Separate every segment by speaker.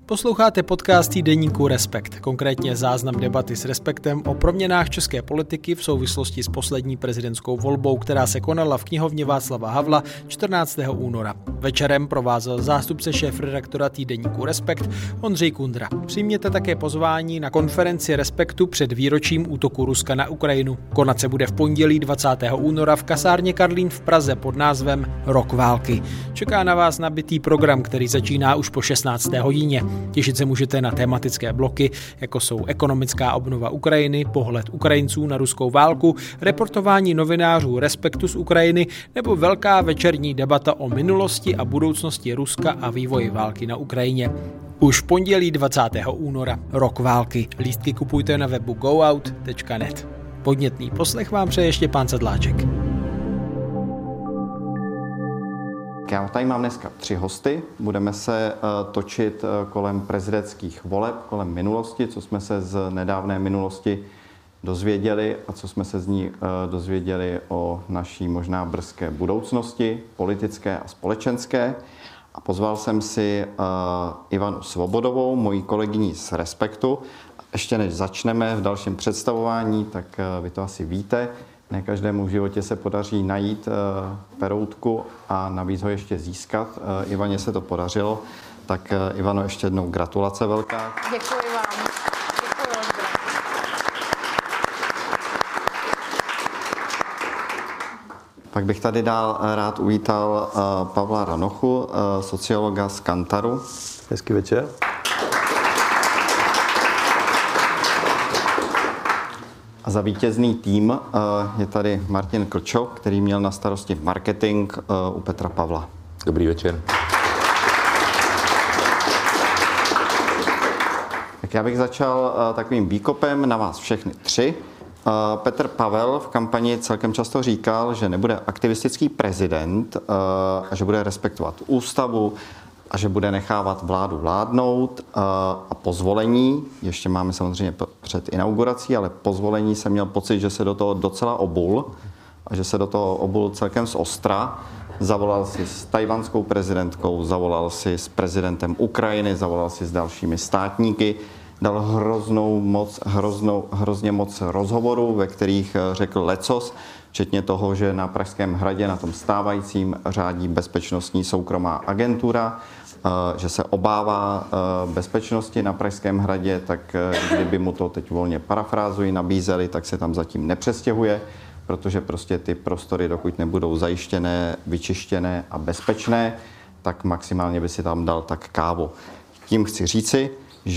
Speaker 1: Posloucháte podcast týdeníku Respekt, konkrétně záznam debaty s Respektem o proměnách české politiky v souvislosti s poslední prezidentskou volbou, která se konala v knihovně Václava Havla 14. února. Večerem provázel zástupce šéfredaktora týdeníku Respekt Ondřej Kundra. Přijměte také pozvání na konferenci Respektu před výročím útoku Ruska na Ukrajinu. Konat se bude v pondělí 20. února v kasárně Karlín v Praze pod názvem Rok války. Čeká na vás nabitý program, který začíná už po 16. hodině. Těšit se můžete na tematické bloky, jako jsou ekonomická obnova Ukrajiny, pohled Ukrajinců na ruskou válku, reportování novinářů Respektu z Ukrajiny nebo velká večerní debata o minulosti a budoucnosti Ruska a vývoji války na Ukrajině. Už v pondělí 20. února, Rok války. Lístky kupujte na webu goout.net. Podnětný poslech vám přeje Štěpán Sedláček.
Speaker 2: Já tady mám dneska 3 hosty. Budeme se točit kolem prezidentských voleb, kolem minulosti, co jsme se z nedávné minulosti dozvěděli a co jsme se z ní dozvěděli o naší možná brzké budoucnosti, politické a společenské. A pozval jsem si Ivanu Svobodovou, mojí kolegyni z Respektu. Ještě než začneme v dalším představování, tak vy to asi víte, ne každému v životě se podaří najít peroutku a navíc ho ještě získat. Ivaně se to podařilo, tak Ivano, ještě jednou gratulace velká.
Speaker 3: Děkuji vám. Děkuji.
Speaker 2: Pak bych tady rád uvítal Pavla Ranochu, sociologa z Kantaru.
Speaker 4: Hezký večer.
Speaker 2: A za vítězný tým je tady Martin Klčok, který měl na starosti marketing u Petra Pavla.
Speaker 4: Dobrý večer.
Speaker 2: Tak já bych začal takovým výkopem na vás všechny 3. Petr Pavel v kampani celkem často říkal, že nebude aktivistický prezident a že bude respektovat ústavu a že bude nechávat vládu vládnout a po zvolení, ještě máme samozřejmě před inaugurací, ale po zvolení jsem měl pocit, že se do toho docela obul a že se do toho obul celkem z ostra. Zavolal si s tajvanskou prezidentkou, zavolal si s prezidentem Ukrajiny, zavolal si s dalšími státníky, dal hrozně moc rozhovorů, ve kterých řekl lecos, včetně toho, že na Pražském hradě, na tom stávajícím, řádí bezpečnostní soukromá agentura, že se obává bezpečnosti na Pražském hradě, tak kdyby mu to teď volně parafrázuji, nabízeli, tak se tam zatím nepřestěhuje, protože prostě ty prostory, dokud nebudou zajištěné, vyčištěné a bezpečné, tak maximálně by si tam dal tak kávu. Tím chci říci,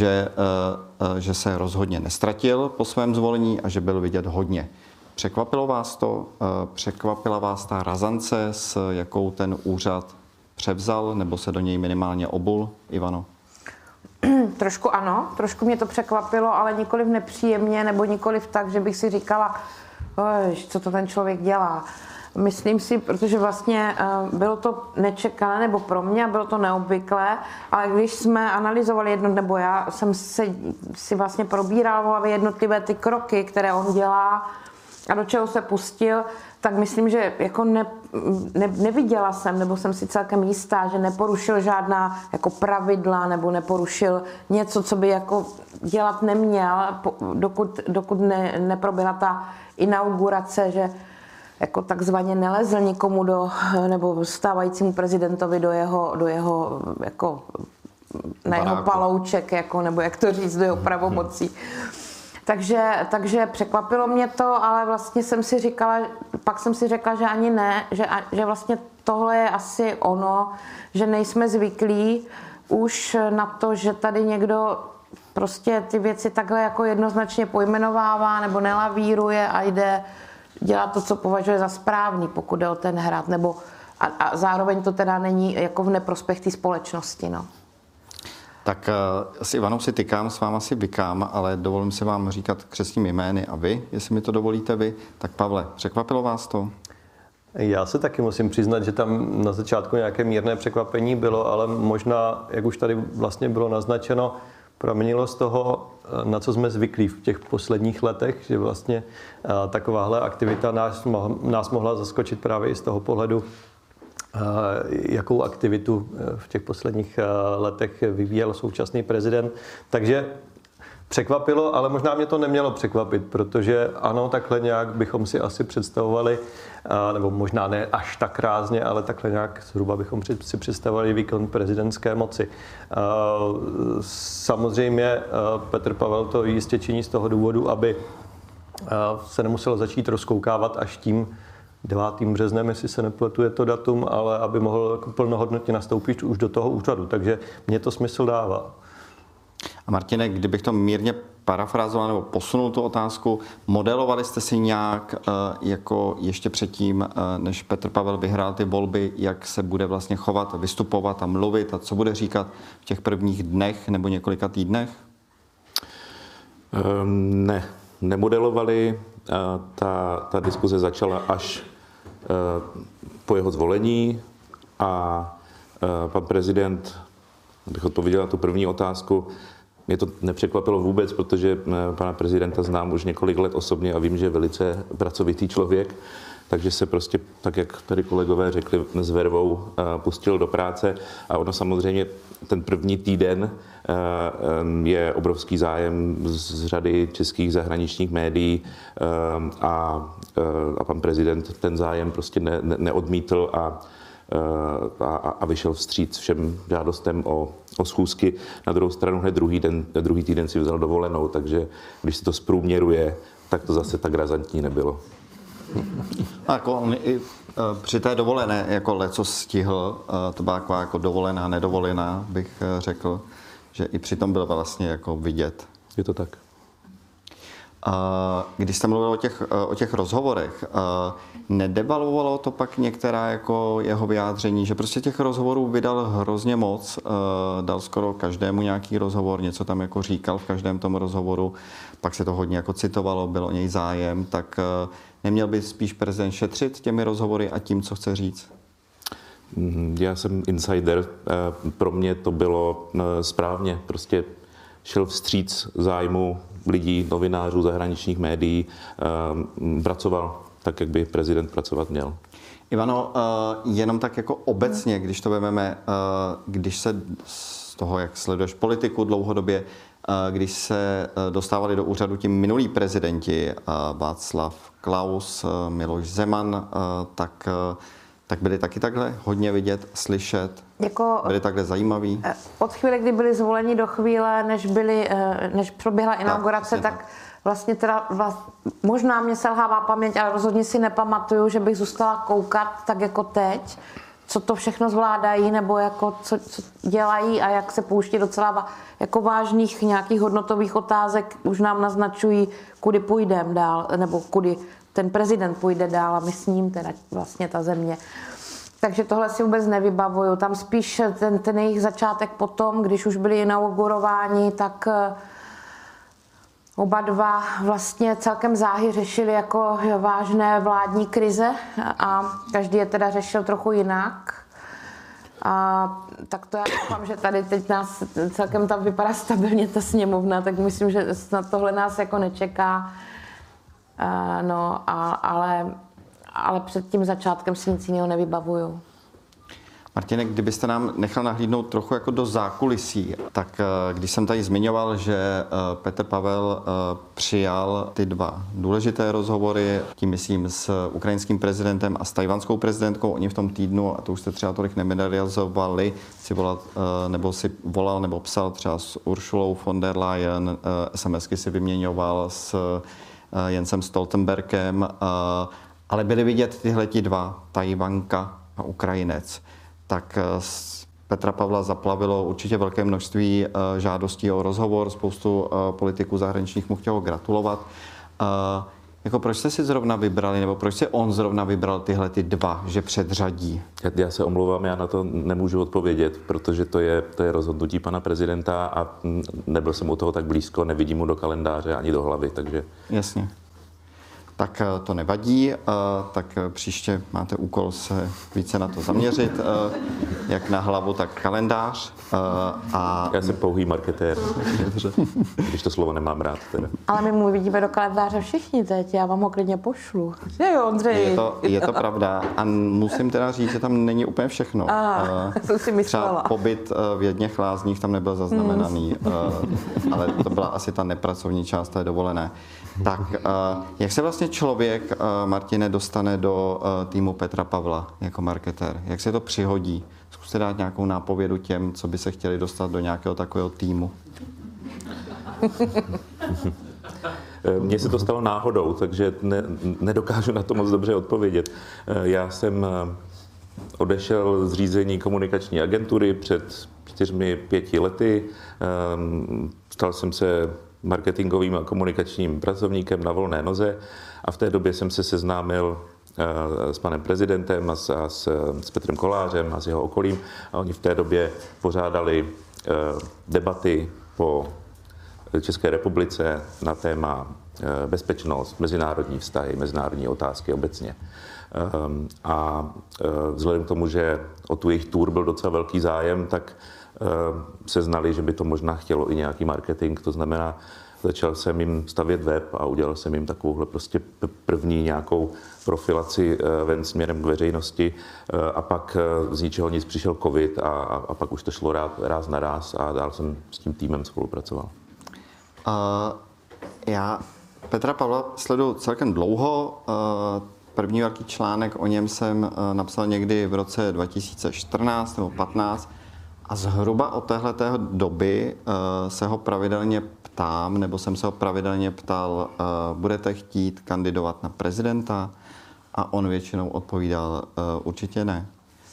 Speaker 2: že se rozhodně nestratil po svém zvolení a že byl vidět hodně. Překvapilo vás to? Překvapila vás ta razance, s jakou ten úřad převzal, nebo se do něj minimálně obul, Ivano?
Speaker 3: Trošku ano, trošku mě to překvapilo, ale nikoliv nepříjemně, nebo nikoliv tak, že bych si říkala, co to ten člověk dělá. Myslím si, protože vlastně bylo to nečekané, nebo pro mě bylo to neobvyklé, ale když jsme analyzovali nebo já jsem si vlastně probíral v hlavě jednotlivé ty kroky, které on dělá a do čeho se pustil, tak myslím, že jako neviděla jsem, nebo jsem si celkem jistá, že neporušil žádná jako pravidla, nebo neporušil něco, co by jako dělat neměl, dokud neproběhla ta inaugurace, že jako takzvaně nelezl nikomu nebo stávajícímu prezidentovi do jeho jako na jeho palouček, jako, nebo jak to říct, do jeho pravomocí. Takže překvapilo mě to, ale vlastně pak jsem si řekla, že ani ne, že vlastně tohle je asi ono, že nejsme zvyklí už na to, že tady někdo prostě ty věci takhle jako jednoznačně pojmenovává nebo nelavíruje a jde dělat to, co považuje za správný, pokud jde o ten hrad, nebo a zároveň to teda není jako v neprospěch té společnosti, no.
Speaker 2: Tak s Ivanou si tykám, s váma si vykám, ale dovolím si vám říkat křestními jmény a vy, jestli mi to dovolíte vy. Tak Pavle, překvapilo vás to?
Speaker 4: Já se taky musím přiznat, že tam na začátku nějaké mírné překvapení bylo, ale možná, jak už tady vlastně bylo naznačeno, pramenilo z toho, na co jsme zvyklí v těch posledních letech, že vlastně takováhle aktivita nás mohla zaskočit právě i z toho pohledu jakou aktivitu v těch posledních letech vyvíjel současný prezident. Takže překvapilo, ale možná mě to nemělo překvapit, protože ano, takhle nějak bychom si asi představovali, nebo možná ne až tak rázně, ale takhle nějak zhruba bychom si představovali výkon prezidentské moci. Samozřejmě Petr Pavel to jistě činí z toho důvodu, aby se nemuselo začít rozkoukávat až tím 9. březnem, jestli se nepletu, je to datum, ale aby mohl plnohodnotně nastoupit už do toho úřadu. Takže mně to smysl dává.
Speaker 2: A Martine, kdybych to mírně parafrázoval nebo posunul tu otázku, modelovali jste si nějak jako ještě předtím, než Petr Pavel vyhrál ty volby, jak se bude vlastně chovat, vystupovat a mluvit a co bude říkat v těch prvních dnech nebo několika týdnech?
Speaker 5: Ne, nemodelovali. Ta diskuze začala až po jeho zvolení a pan prezident, abych odpověděl na tu první otázku, mě to nepřekvapilo vůbec, protože pana prezidenta znám už několik let osobně a vím, že je velice pracovitý člověk, takže se prostě, tak jak tady kolegové řekli, s vervou pustil do práce a ono samozřejmě ten první týden je obrovský zájem z řady českých zahraničních médií a pan prezident ten zájem prostě neodmítl a vyšel vstříc všem žádostem o schůzky. Na druhou stranu hned druhý týden si vzal dovolenou, takže když se to zprůměruje, tak to zase tak razantní nebylo.
Speaker 2: A jako on i při té dovolené jako leco stihl, to byla taková jako dovolená, nedovolená, bych řekl, že i přitom byl vlastně jako vidět.
Speaker 5: Je to tak.
Speaker 2: Když jste mluvil o těch rozhovorech, nedevalovalo to pak některá jako jeho vyjádření, že prostě těch rozhovorů vydal hrozně moc, dal skoro každému nějaký rozhovor, něco tam jako říkal v každém tom rozhovoru, pak se to hodně jako citovalo, byl o něj zájem, tak neměl by spíš prezident šetřit těmi rozhovory a tím, co chce říct?
Speaker 5: Já jsem insider, pro mě to bylo správně, prostě šel vstříc zájmu lidí, novinářů, zahraničních médií, pracoval tak, jak by prezident pracovat měl.
Speaker 2: Ivano, jenom tak jako obecně, když to vezmeme, když se z toho, jak sleduješ politiku dlouhodobě, když se dostávali do úřadu ti minulí prezidenti, Václav Klaus, Miloš Zeman, tak byli taky takhle hodně vidět, slyšet, byli takhle zajímaví?
Speaker 3: Od chvíle, kdy byli zvoleni do chvíle, než proběhla inaugurace, tak vlastně teda možná mě selhává paměť, ale rozhodně si nepamatuju, že bych zůstala koukat tak jako teď, co to všechno zvládají, nebo jako co dělají a jak se pouští docela jako vážných nějakých hodnotových otázek, už nám naznačují, kudy půjdeme dál, nebo kudy ten prezident půjde dál a my s ním teda vlastně ta země. Takže tohle si vůbec nevybavuju. Tam spíš ten jejich začátek potom, když už byli inaugurováni, tak oba dva vlastně celkem záhy řešili jako vážné vládní krize a každý je teda řešil trochu jinak. A tak to já doufám, že tady teď nás celkem tam vypadá stabilně ta sněmovna, tak myslím, že snad tohle nás jako nečeká. Ale před tím začátkem si nic jiného nevybavuju.
Speaker 2: Martine, kdybyste nám nechal nahlídnout trochu jako do zákulisí, tak když jsem tady zmiňoval, že Petr Pavel přijal ty dva důležité rozhovory, tím myslím s ukrajinským prezidentem a s tajvanskou prezidentkou, oni v tom týdnu, a to už jste třeba tolik nemedializovali, si volal nebo psal třeba s Ursulou von der Leyen, SMSky si vyměňoval s Jensem Stoltenbergem, ale byly vidět tyhleti dva, Tajvanka a Ukrajinec. Tak Petra Pavla zaplavilo určitě velké množství žádostí o rozhovor, spoustu politiků zahraničních mu chtělo gratulovat. Jako proč jste si zrovna vybrali, nebo proč se on zrovna vybral tyhle ty dva, že předřadí?
Speaker 5: Já se omlouvám, já na to nemůžu odpovědět, protože to je rozhodnutí pana prezidenta a nebyl jsem u toho tak blízko, nevidím mu do kalendáře ani do hlavy, takže...
Speaker 2: Jasně. tak to nevadí, tak příště máte úkol se více na to zaměřit, jak na hlavu, tak kalendář.
Speaker 5: Já jsem pouhý marketér, když to slovo nemám rád. Teda.
Speaker 3: Ale my mu vidíme do kalendáře všichni teď, já vám ho klidně pošlu. Jo, Ondřej.
Speaker 2: Je to pravda a musím teda říct, že tam není úplně všechno.
Speaker 3: Jsem si myslela.
Speaker 2: Třeba pobyt v Jedněch Lázních tam nebyl zaznamenaný, ale to byla asi ta nepracovní část té dovolené. Tak jak se vlastně člověk, Martine, dostane do týmu Petra Pavla jako marketér? Jak se to přihodí? Zkuste dát nějakou nápovědu těm, co by se chtěli dostat do nějakého takového týmu.
Speaker 5: Mně se to stalo náhodou, takže nedokážu na to moc dobře odpovědět. Já jsem odešel z řízení komunikační agentury před 4-5 lety. Stal jsem se marketingovým a komunikačním pracovníkem na volné noze a v té době jsem se seznámil s panem prezidentem a s Petrem Kolářem a s jeho okolím a oni v té době pořádali debaty po České republice na téma bezpečnost, mezinárodní vztahy, mezinárodní otázky obecně. A vzhledem k tomu, že o tu jejich tour byl docela velký zájem, tak se znali, že by to možná chtělo i nějaký marketing. To znamená, začal jsem jim stavět web a udělal jsem jim takovouhle prostě první nějakou profilaci ven směrem k veřejnosti a pak z ničeho nic přišel covid a pak už to šlo ráz na ráz a dál jsem s tím týmem spolupracoval.
Speaker 2: Já Petra Pavla sleduju celkem dlouho. První velký článek o něm jsem napsal někdy v roce 2014 nebo 15 a zhruba od téhleté doby se ho pravidelně ptám, nebo jsem se ho pravidelně ptal, budete chtít kandidovat na prezidenta? A on většinou odpovídal, určitě ne.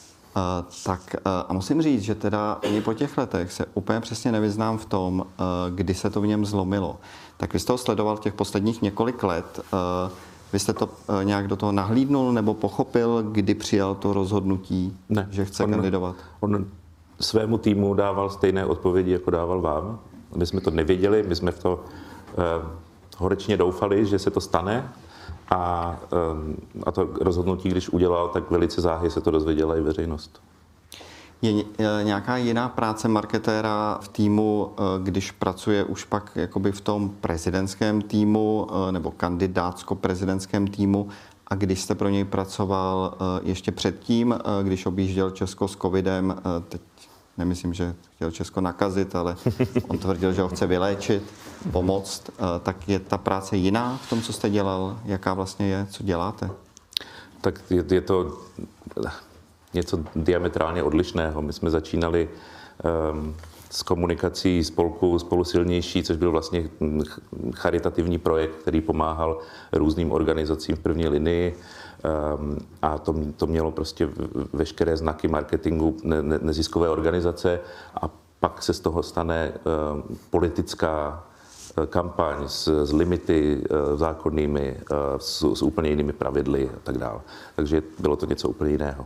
Speaker 2: A musím říct, že teda ani po těch letech se úplně přesně nevyznám v tom, kdy se to v něm zlomilo. Tak vy jste ho sledoval těch posledních několik let. Vy jste to nějak do toho nahlídnul nebo pochopil, kdy přijal to rozhodnutí, že chce kandidovat?
Speaker 5: On svému týmu dával stejné odpovědi, jako dával vám. My jsme to nevěděli, my jsme v to horečně doufali, že se to stane. A to rozhodnutí, když udělal, tak velice záhy se to dozvěděla i veřejnost.
Speaker 2: Je nějaká jiná práce marketéra v týmu, když pracuje už pak jakoby v tom prezidentském týmu nebo kandidátsko-prezidentském týmu a když jste pro něj pracoval ještě předtím, když objížděl Česko s covidem, teď nemyslím, že chtěl Česko nakazit, ale on tvrdil, že ho chce vyléčit, pomoct, tak je ta práce jiná v tom, co jste dělal? Jaká vlastně je? Co děláte?
Speaker 5: Tak je to něco diametrálně odlišného. My jsme začínali s komunikací spolku Spolu silnější, což byl vlastně charitativní projekt, který pomáhal různým organizacím v první linii a to mělo prostě veškeré znaky marketingu neziskové organizace a pak se z toho stane politická kampaň s limity zákonnými, s úplně jinými pravidly a tak dále. Takže bylo to něco úplně jiného.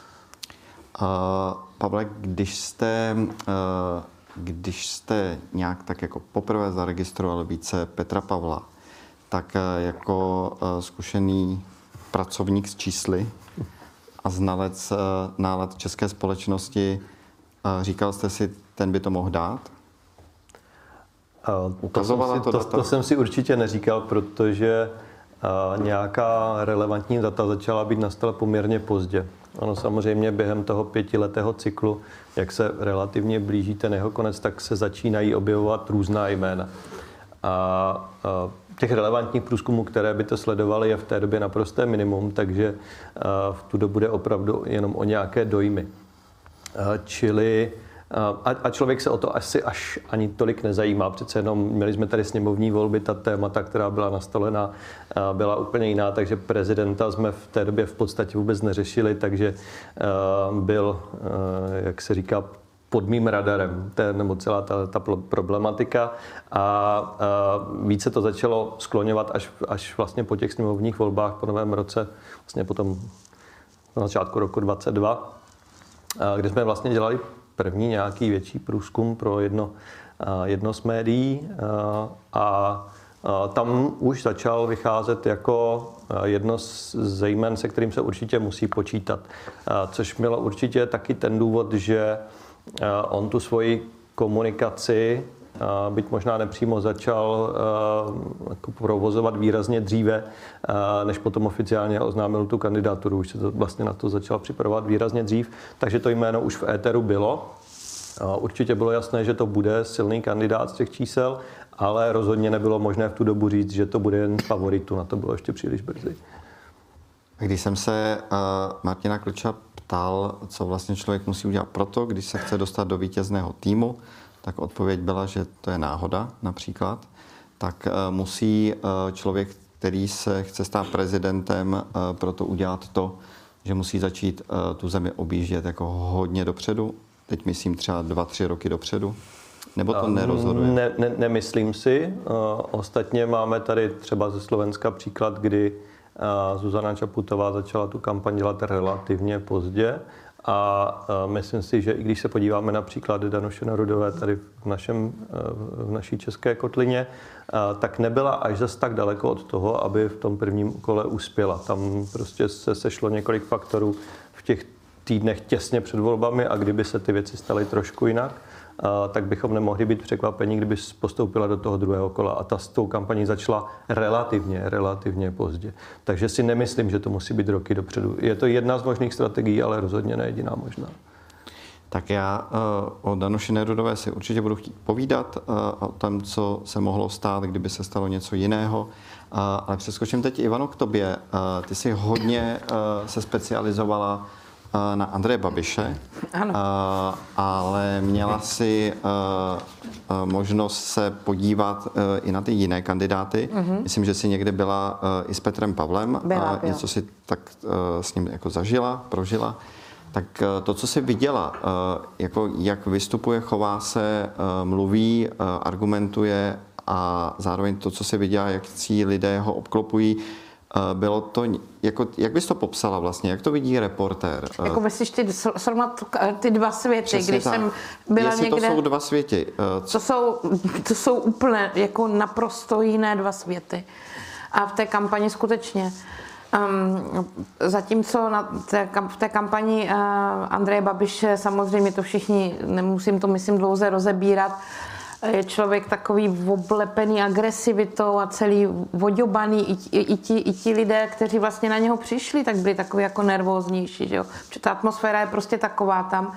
Speaker 2: Pavle, když jste nějak tak jako poprvé zaregistroval více Petra Pavla, tak jako zkušený pracovník s čísly a znalec nálad české společnosti, říkal jste si, ten by to mohl dát?
Speaker 4: To jsem si určitě neříkal, protože nějaká relevantní data začala být na stole poměrně pozdě. Ano, samozřejmě během toho 5letého cyklu, jak se relativně blíží ten jeho konec, tak se začínají objevovat různá jména. A těch relevantních průzkumů, které by to sledovaly, je v té době naprosté minimum, takže v tu dobu jde opravdu jenom o nějaké dojmy. Čili a člověk se o to asi až ani tolik nezajímá. Přece jenom měli jsme tady sněmovní volby, ta témata, která byla nastolena, byla úplně jiná, takže prezidenta jsme v té době v podstatě vůbec neřešili, takže byl, jak se říká, pod mým radarem, nebo celá ta problematika a více to začalo skloňovat až vlastně po těch sněmovních volbách po novém roce, vlastně potom na začátku roku 2022, kde jsme vlastně dělali první nějaký větší průzkum pro jedno z médií a Tam už začal vycházet jako jedno z jmen, se kterým se určitě musí počítat. Což mělo určitě taky ten důvod, že on tu svoji komunikaci, byť možná nepřímo, začal jako provozovat výrazně dříve, než potom oficiálně oznámil tu kandidaturu. Už se to vlastně na to začal připravovat výrazně dřív, takže to jméno už v éteru bylo. Určitě bylo jasné, že to bude silný kandidát z těch čísel, ale rozhodně nebylo možné v tu dobu říct, že to bude jen z favoritů. Na to bylo ještě příliš brzy.
Speaker 2: Když jsem se Martina Klča ptal, co vlastně člověk musí udělat proto, když se chce dostat do vítězného týmu, tak odpověď byla, že to je náhoda například. Tak musí člověk, který se chce stát prezidentem, proto udělat to, že musí začít tu zemi objíždět jako hodně dopředu. Teď myslím třeba 2-3 roky dopředu. Nebo to nerozhoduje?
Speaker 4: Nemyslím si. Ostatně máme tady třeba ze Slovenska příklad, kdy Zuzana Čaputová začala tu kampaň dělat relativně pozdě. A myslím si, že i když se podíváme na příklad Danuše Nerudové tady v naší české kotlině, tak nebyla až zas tak daleko od toho, aby v tom prvním kole uspěla. Tam prostě se sešlo několik faktorů v těch týdnech těsně před volbami a kdyby se ty věci staly trošku jinak, tak bychom nemohli být překvapeni, kdyby postoupila do toho druhého kola. A ta s tou kampaní začala relativně pozdě. Takže si nemyslím, že to musí být roky dopředu. Je to jedna z možných strategií, ale rozhodně ne jediná možná.
Speaker 2: Tak já o Danuši Nerudové si určitě budu chtít povídat, o tom, co se mohlo stát, kdyby se stalo něco jiného. Ale přeskočím teď, Ivano, k tobě. Ty jsi hodně se specializovala na Andreje Babiše,
Speaker 3: ano.
Speaker 2: Ale měla si možnost se podívat i na ty jiné kandidáty. Myslím, že si někde byla i s Petrem Pavlem a něco si tak s ním jako prožila. Tak to, co jsi viděla, jako jak vystupuje, chová se, mluví, argumentuje a zároveň to, co jsi viděla, jak lidé ho obklopují, bylo to, jako, jak bys to popsala vlastně, jak to vidí reportér?
Speaker 3: Jako myslíš srovnat ty dva světy,
Speaker 2: přesně
Speaker 3: když
Speaker 2: tak.
Speaker 3: jsem byla
Speaker 2: Jestli
Speaker 3: někde...
Speaker 2: to jsou dva světy.
Speaker 3: To jsou úplně jako naprosto jiné dva světy. A v té kampani skutečně. Zatímco v té kampani Andreje Babiše, samozřejmě to všichni, nemusím to myslím dlouze rozebírat, je člověk takový oblepený agresivitou a celý voďobaný. I ti lidé, kteří vlastně na něho přišli, tak byli takový jako nervóznější, že jo? Protože ta atmosféra je prostě taková tam.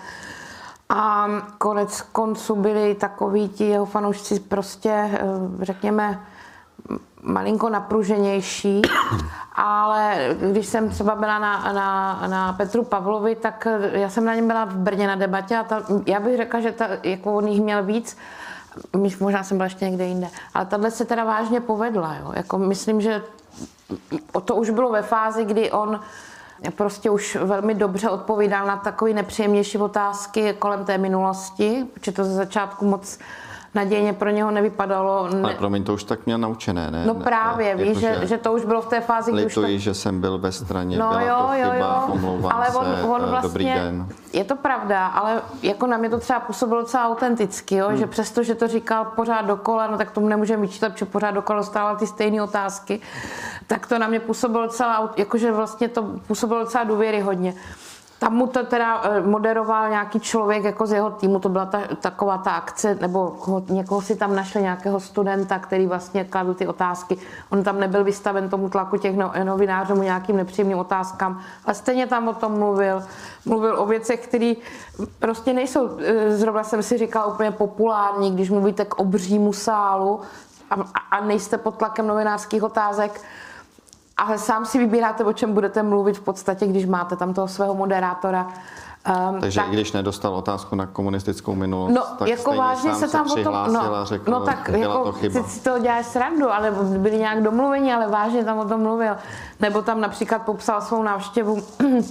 Speaker 3: A konec konců byli takoví ti jeho fanoušci prostě, řekněme, malinko napruženější, ale když jsem třeba byla na Petru Pavlovi, tak já jsem na něm byla v Brně na debatě a já bych řekla, že jako on jich měl víc, možná jsem byla ještě někde jinde, ale tahle se teda vážně povedla. Jo. Jako myslím, že to už bylo ve fázi, kdy on prostě už velmi dobře odpovídal na takové nepříjemnější otázky kolem té minulosti, protože to ze začátku moc nadějně pro něho nevypadalo.
Speaker 2: Ale promiň, to už tak měl naučené, ne?
Speaker 3: No právě, víš, že to už bylo v té fázi, kdy už to...
Speaker 2: Lituji, že jsem byl ve straně,
Speaker 3: no,
Speaker 2: byla to chyba, omlouvám
Speaker 3: ale
Speaker 2: se,
Speaker 3: on vlastně,
Speaker 2: dobrý den.
Speaker 3: Je to pravda, ale jako na mě to třeba působilo docela autenticky, jo? Že přesto, že to říkal pořád dokola, no tak tomu nemůžeme vyčítat, protože pořád dokola dostával ty stejné otázky, tak to na mě působilo docela, jakože vlastně to působilo docela důvěryhodně. Tam mu to teda moderoval nějaký člověk jako z jeho týmu, to byla taková ta akce, nebo někoho si tam našli, nějakého studenta, který vlastně kladl ty otázky. On tam nebyl vystaven tomu tlaku těch novinářů nějakým nepříjemným otázkám, ale stejně tam o tom mluvil o věcech, které prostě nejsou, zrovna jsem si říkala, úplně populární, když mluvíte k obřímu sálu a nejste pod tlakem novinářských otázek. Ale sám si vybíráte, o čem budete mluvit v podstatě, když máte tam toho svého moderátora.
Speaker 2: Takže tak, i když nedostal otázku na komunistickou minulost,
Speaker 3: no,
Speaker 2: tak
Speaker 3: jako vážně se tam
Speaker 2: přihlásil a řekl,
Speaker 3: no tak
Speaker 2: byla
Speaker 3: jako,
Speaker 2: to chyba.
Speaker 3: si to děláš srandu, ale byli nějak domluveni, ale vážně tam o tom mluvil. Nebo tam například popsal svou návštěvu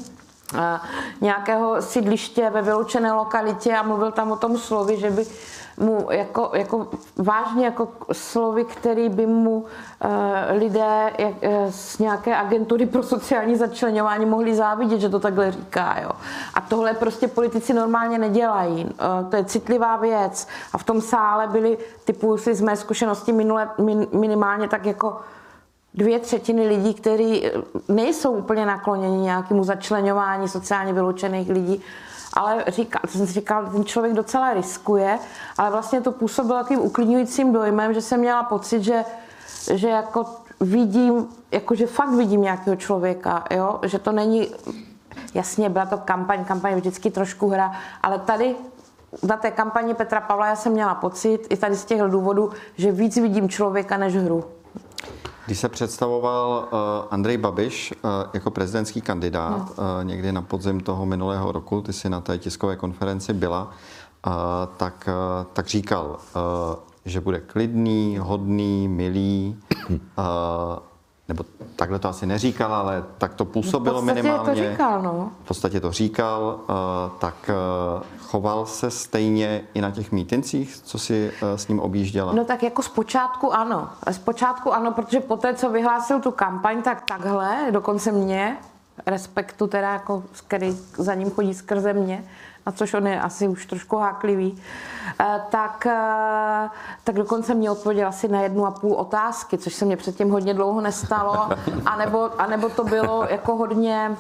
Speaker 3: nějakého sídliště ve vyloučené lokalitě a mluvil tam o tom slovy, že by mu jako vážně jako slovy, který by mu lidé z nějaké agentury pro sociální začleňování mohli závidět, že to takhle říká. Jo. A tohle prostě politici normálně nedělají. To je citlivá věc. A v tom sále byly, typu si z mé zkušenosti minimálně tak jako 2/3 lidí, kteří nejsou úplně nakloněni nějakému začleňování sociálně vyloučených lidí, ale jsem si říkal, ten člověk docela riskuje, ale vlastně to působilo takovým uklidňujícím dojmem, že jsem měla pocit, že jako vidím, jakože fakt vidím nějakého člověka, jo? Že to není, jasně byla to kampaň vždycky trošku hra, ale tady na té kampani Petra Pavla já jsem měla pocit, i tady z těchto důvodů, že víc vidím člověka než hru.
Speaker 2: Když se představoval Andrej Babiš jako prezidentský kandidát někdy na podzim toho minulého roku, ty jsi na té tiskové konferenci byla, tak říkal, že bude klidný, hodný, milý, nebo takhle to asi neříkal, ale tak to působilo minimálně.
Speaker 3: V podstatě to říkal, no.
Speaker 2: V podstatě to říkal, tak choval se stejně i na těch mítincích, co si s ním objížděla?
Speaker 3: No tak jako zpočátku ano, protože poté, co vyhlásil tu kampaň, tak takhle, dokonce mě, Respektu teda, jako, který za ním chodí skrze mě, na což on je asi už trošku háklivý, tak dokonce mě odpověděl asi na 1,5 otázky, což se mě předtím hodně dlouho nestalo, anebo to bylo jako hodně,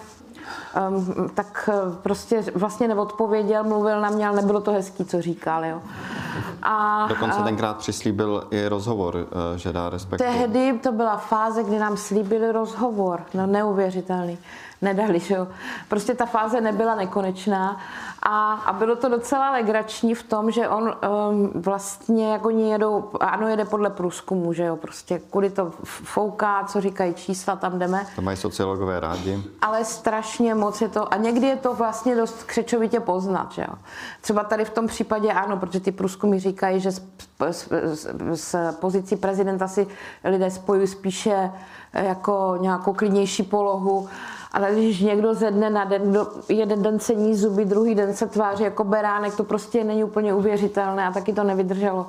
Speaker 3: tak prostě vlastně neodpověděl, mluvil na mě, ale nebylo to hezký, co říkal, jo.
Speaker 2: Dokonce tenkrát přislíbil i rozhovor, že dá Respektu.
Speaker 3: Tehdy to byla fáze, kdy nám slíbili rozhovor, no neuvěřitelný. Nedali, že jo. Prostě ta fáze nebyla nekonečná a bylo to docela legrační v tom, že on vlastně, jak oni jedou, ano, jede podle průzkumu, že jo, prostě kudy to fouká, co říkají čísla, tam jdeme.
Speaker 2: To mají sociologové rádi.
Speaker 3: Ale strašně moc je to, a někdy je to vlastně dost křečovitě poznat, že jo. Třeba tady v tom případě ano, protože ty průzkumy říkají, že z pozicí prezidenta si lidé spojují spíše jako nějakou klidnější polohu, ale když někdo ze dne na den, jeden den cení zuby, druhý den se tváří jako beránek, to prostě není úplně uvěřitelné a taky to nevydrželo.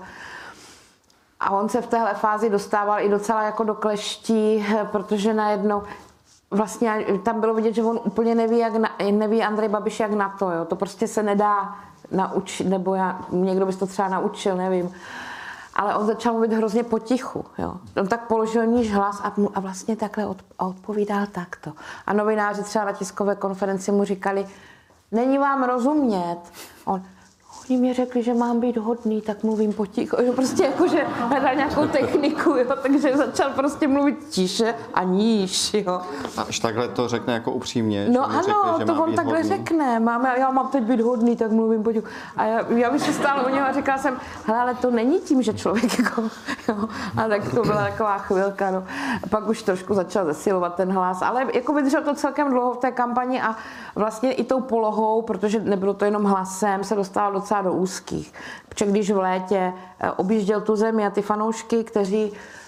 Speaker 3: A on se v téhle fázi dostával i docela jako do kleští, protože najednou vlastně tam bylo vidět, že on úplně neví Andrej Babiš jak na to, jo. To prostě se nedá naučit, nebo někdo by to třeba naučil, nevím. Ale on začal mluvit hrozně potichu. Jo. On tak položil níž hlas a vlastně takhle odpovídal takto. A novináři třeba na tiskové konferenci mu říkali, není vám rozumět. Oni mi řekli, že mám být hodný, tak mluvím potichu. Prostě jakože hledal nějakou techniku, jo, takže začal prostě mluvit tiše a níž. Jo.
Speaker 2: Až takhle to řekne jako upřímně?
Speaker 3: No ano,
Speaker 2: řekli,
Speaker 3: to on takhle hodný. Řekne. Já mám teď být hodný, tak mluvím potichu. A já bych se stále u něho a říkala jsem, hele, ale to není tím, že člověk jako, jo. A tak to byla taková chvilka, no. Pak už trošku začal zesilovat ten hlas, ale jako vydržel to celkem dlouho v té kampani a vlastně i tou polohou, protože nebylo to jenom hlasem, se dostal docela do úzkých. Protože když v létě objížděl tu zemi a ty fanoušky, kteří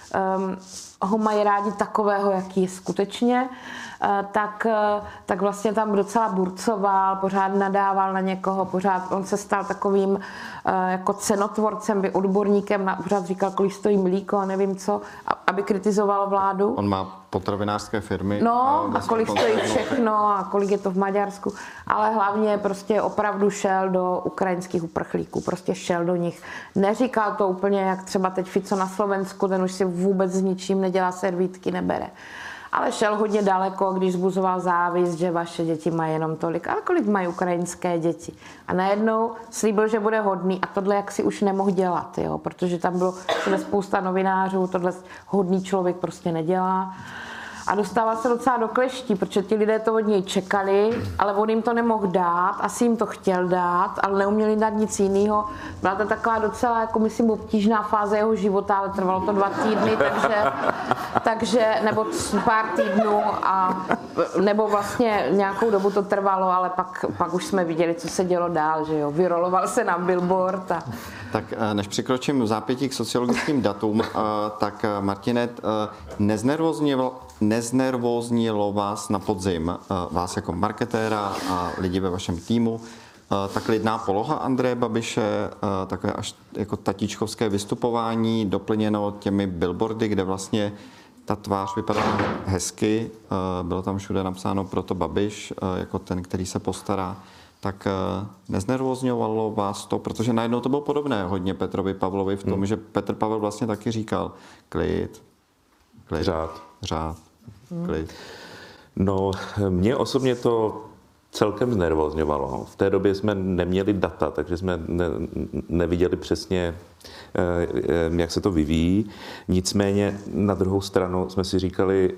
Speaker 3: ho mají rádi takového, jaký je skutečně, tak vlastně tam docela burcoval, pořád nadával na někoho, pořád on se stal takovým jako cenotvorcem, odborníkem, pořád říkal, kolik stojí mlíko a nevím co, aby kritizoval vládu.
Speaker 2: On má potravinářské firmy.
Speaker 3: No a kolik stojí všechno a kolik je to v Maďarsku, ale hlavně prostě opravdu šel do ukrajinských uprchlíků, prostě šel do nich. Neříkal to úplně jak třeba teď Fico na Slovensku, ten už si vůbec s ničím nedělá servítky, nebere. Ale šel hodně daleko, když zbuzoval závist, že vaše děti mají jenom tolik. Ale kolik mají ukrajinské děti? A najednou slíbil, že bude hodný a tohle jak si už nemohl dělat, jo? Protože tam bylo spousta novinářů, tohle hodný člověk prostě nedělá. A dostával se docela do kleští, protože ti lidé to od něj čekali, ale on jim to nemohl dát, asi jim to chtěl dát, ale neuměli dát nic jiného. Byla to taková docela, jako myslím, obtížná fáze jeho života, ale trvalo to 2 týdny, takže nebo pár týdnů, nebo vlastně nějakou dobu to trvalo, ale pak už jsme viděli, co se dělo dál, že jo, vyroloval se na billboard.
Speaker 2: Tak než přikročím v zápětí k sociologickým datům, tak Martine, neznervóznilo vás na podzim, vás jako marketéra a lidi ve vašem týmu, ta klidná poloha Andreje Babiše, takové až jako tatíčkovské vystupování, doplněno těmi billboardy, kde vlastně ta tvář vypadala hezky, bylo tam všude napsáno proto Babiš, jako ten, který se postará. Tak neznervozňovalo vás to, protože najednou to bylo podobné hodně Petrovi Pavlovi v tom, že Petr Pavel vlastně taky říkal klid, řád, klid.
Speaker 5: No, mě osobně to celkem znervozňovalo. V té době jsme neměli data, takže jsme neviděli přesně, jak se to vyvíjí. Nicméně na druhou stranu jsme si říkali,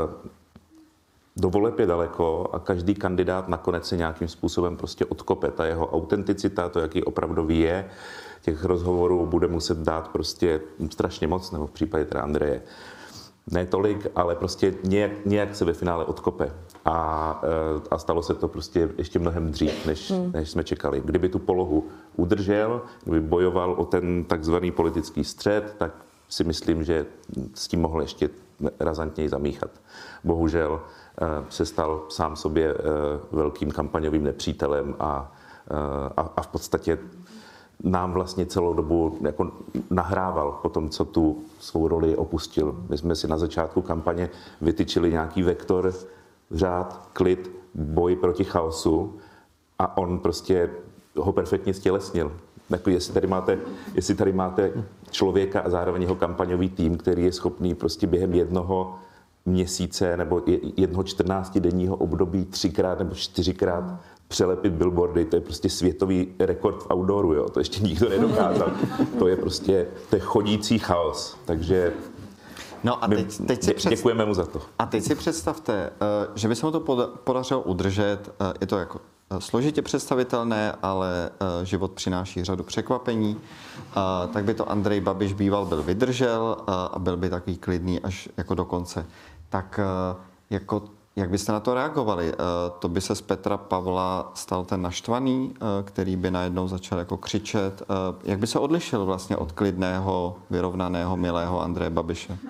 Speaker 5: do voleb je daleko a každý kandidát nakonec se nějakým způsobem prostě odkope. Ta jeho autenticita, to, jaký opravdový je, těch rozhovorů bude muset dát prostě strašně moc, nebo v případě teda Andreje ne tolik, ale prostě nějak se ve finále odkope. A stalo se to prostě ještě mnohem dřív, než jsme čekali. Kdyby tu polohu udržel, kdyby bojoval o ten takzvaný politický střet, tak si myslím, že s tím mohl ještě razantněji zamíchat. Bohužel se stal sám sobě velkým kampaňovým nepřítelem a v podstatě nám vlastně celou dobu jako nahrával po tom, co tu svou roli opustil. My jsme si na začátku kampaně vytyčili nějaký vektor, řád, klid, boj proti chaosu a on prostě ho perfektně stělesnil. Jako jestli tady máte člověka a zároveň jeho kampaňový tým, který je schopný prostě během jednoho měsíce nebo jednoho 14denního období 3x nebo 4x přelepit billboardy, to je prostě světový rekord v outdooru, jo? To ještě nikdo nedokázal. To je chodící chaos, takže
Speaker 2: no a
Speaker 5: děkujeme mu za to.
Speaker 2: A teď si představte, že by se mu to podařilo udržet, je to jako složitě představitelné, ale život přináší řadu překvapení, tak by to Andrej Babiš býval byl vydržel a byl by takový klidný až jako do konce. Tak jak byste na to reagovali? To by se z Petra Pavla stal ten naštvaný, který by najednou začal jako křičet. Jak by se odlišil vlastně od klidného, vyrovnaného, milého Andreje Babiše?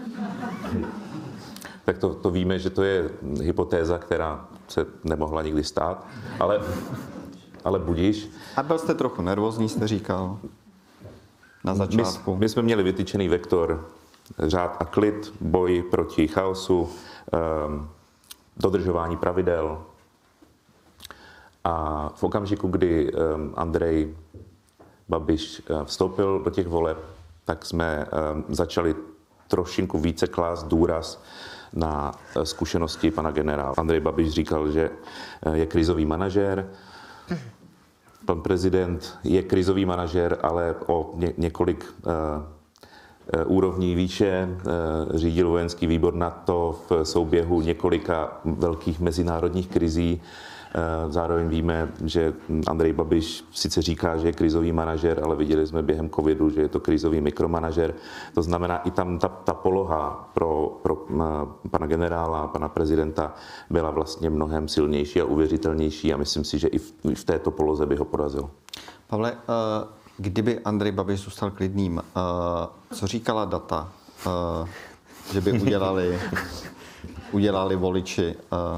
Speaker 5: Tak to víme, že to je hypotéza, která se nemohla nikdy stát, ale budíš.
Speaker 2: A byl jste trochu nervózní, jste říkal na začátku.
Speaker 5: My jsme měli vytyčený vektor, řád a klid, boj proti chaosu, dodržování pravidel. A v okamžiku, kdy Andrej Babiš vstoupil do těch voleb, tak jsme začali trošinku více klást důraz na zkušenosti pana generála. Andrej Babiš říkal, že je krizový manažér. Pan prezident je krizový manažér, ale o několik úrovní výše, řídil vojenský výbor NATO v souběhu několika velkých mezinárodních krizí. Zároveň víme, že Andrej Babiš sice říká, že je krizový manažer, ale viděli jsme během covidu, že je to krizový mikromanažer. To znamená, i tam ta poloha pro pana generála, pana prezidenta byla vlastně mnohem silnější a uvěřitelnější a myslím si, že i v této poloze by ho porazil.
Speaker 2: Pavle, kdyby Andrej Babiš zůstal klidným, co říkala data, že by udělali voliči?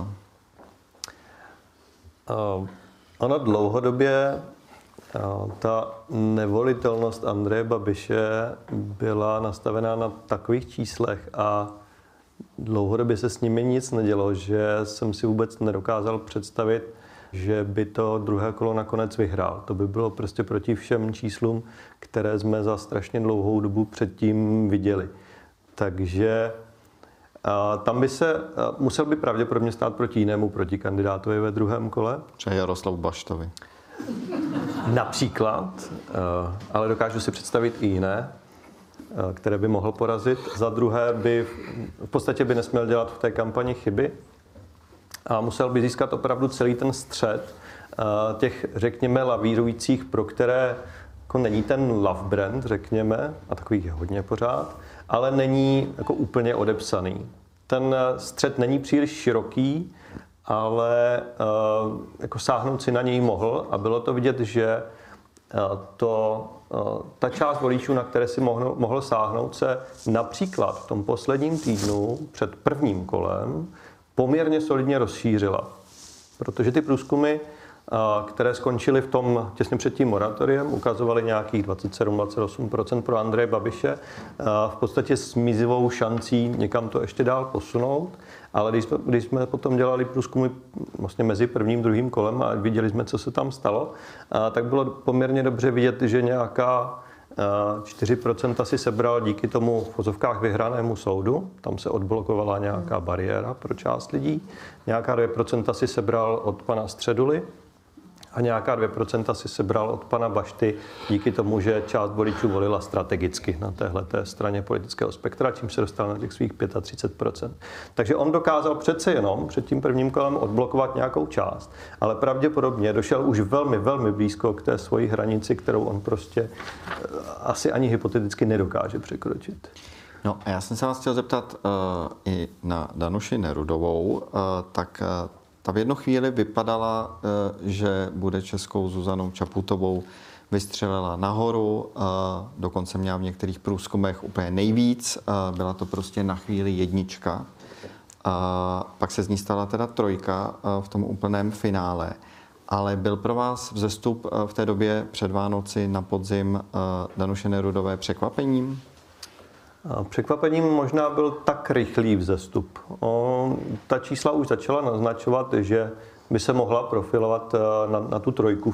Speaker 4: Ono dlouhodobě ta nevolitelnost Andreje Babiše byla nastavená na takových číslech a dlouhodobě se s nimi nic nedělo, že jsem si vůbec nedokázal představit, že by to druhé kolo nakonec vyhrál. To by bylo prostě proti všem číslům, které jsme za strašně dlouhou dobu předtím viděli. Takže tam by se musel by pravděpodobně stát proti jinému protikandidátovi ve druhém kole.
Speaker 2: Třeba Jaroslavu Baštovi.
Speaker 4: Například, ale dokážu si představit i jiné, které by mohl porazit. Za druhé by v podstatě by nesměl dělat v té kampani chyby a musel by získat opravdu celý ten střed těch, řekněme, lavírujících, pro které jako není ten love brand, řekněme, a takových je hodně pořád, ale není jako úplně odepsaný. Ten střed není příliš široký, ale jako sáhnout si na něj mohl a bylo to vidět, že ta část voličů, na které si mohl sáhnout, se například v tom posledním týdnu před prvním kolem poměrně solidně rozšířila. Protože ty průzkumy které skončily v tom těsně před tím moratoriem, ukazovaly nějakých 27-28% pro Andreje Babiše, v podstatě s mizivou šancí někam to ještě dál posunout. Ale když jsme potom dělali průzkumy vlastně mezi prvním a druhým kolem a viděli jsme, co se tam stalo, tak bylo poměrně dobře vidět, že nějaká 4% si sebral díky tomu v vozovkách vyhranému soudu. Tam se odblokovala nějaká bariéra pro část lidí. Nějaká 2% si sebral od pana Středuly a nějaká 2% si sebral od pana Bašty díky tomu, že část voličů volila strategicky na téhleté straně politického spektra, čím se dostal na těch svých 35%. Takže on dokázal přece jenom před tím prvním kolem odblokovat nějakou část, ale pravděpodobně došel už velmi, velmi blízko k té svojí hranici, kterou on prostě asi ani hypoteticky nedokáže překročit.
Speaker 2: No a já jsem se vás chtěl zeptat i na Danuši Nerudovou, tak ta v jednu chvíli vypadala, že bude českou Zuzanou Čaputovou, vystřelila nahoru, dokonce měla v některých průzkumech úplně nejvíc, byla to prostě na chvíli jednička. Pak se z ní stala teda trojka v tom úplném finále. Ale byl pro vás vzestup v té době před Vánoci na podzim Danuše Nerudové překvapením?
Speaker 4: Překvapením možná byl tak rychlý vzestup. Ta čísla už začala naznačovat, že by se mohla profilovat na tu trojku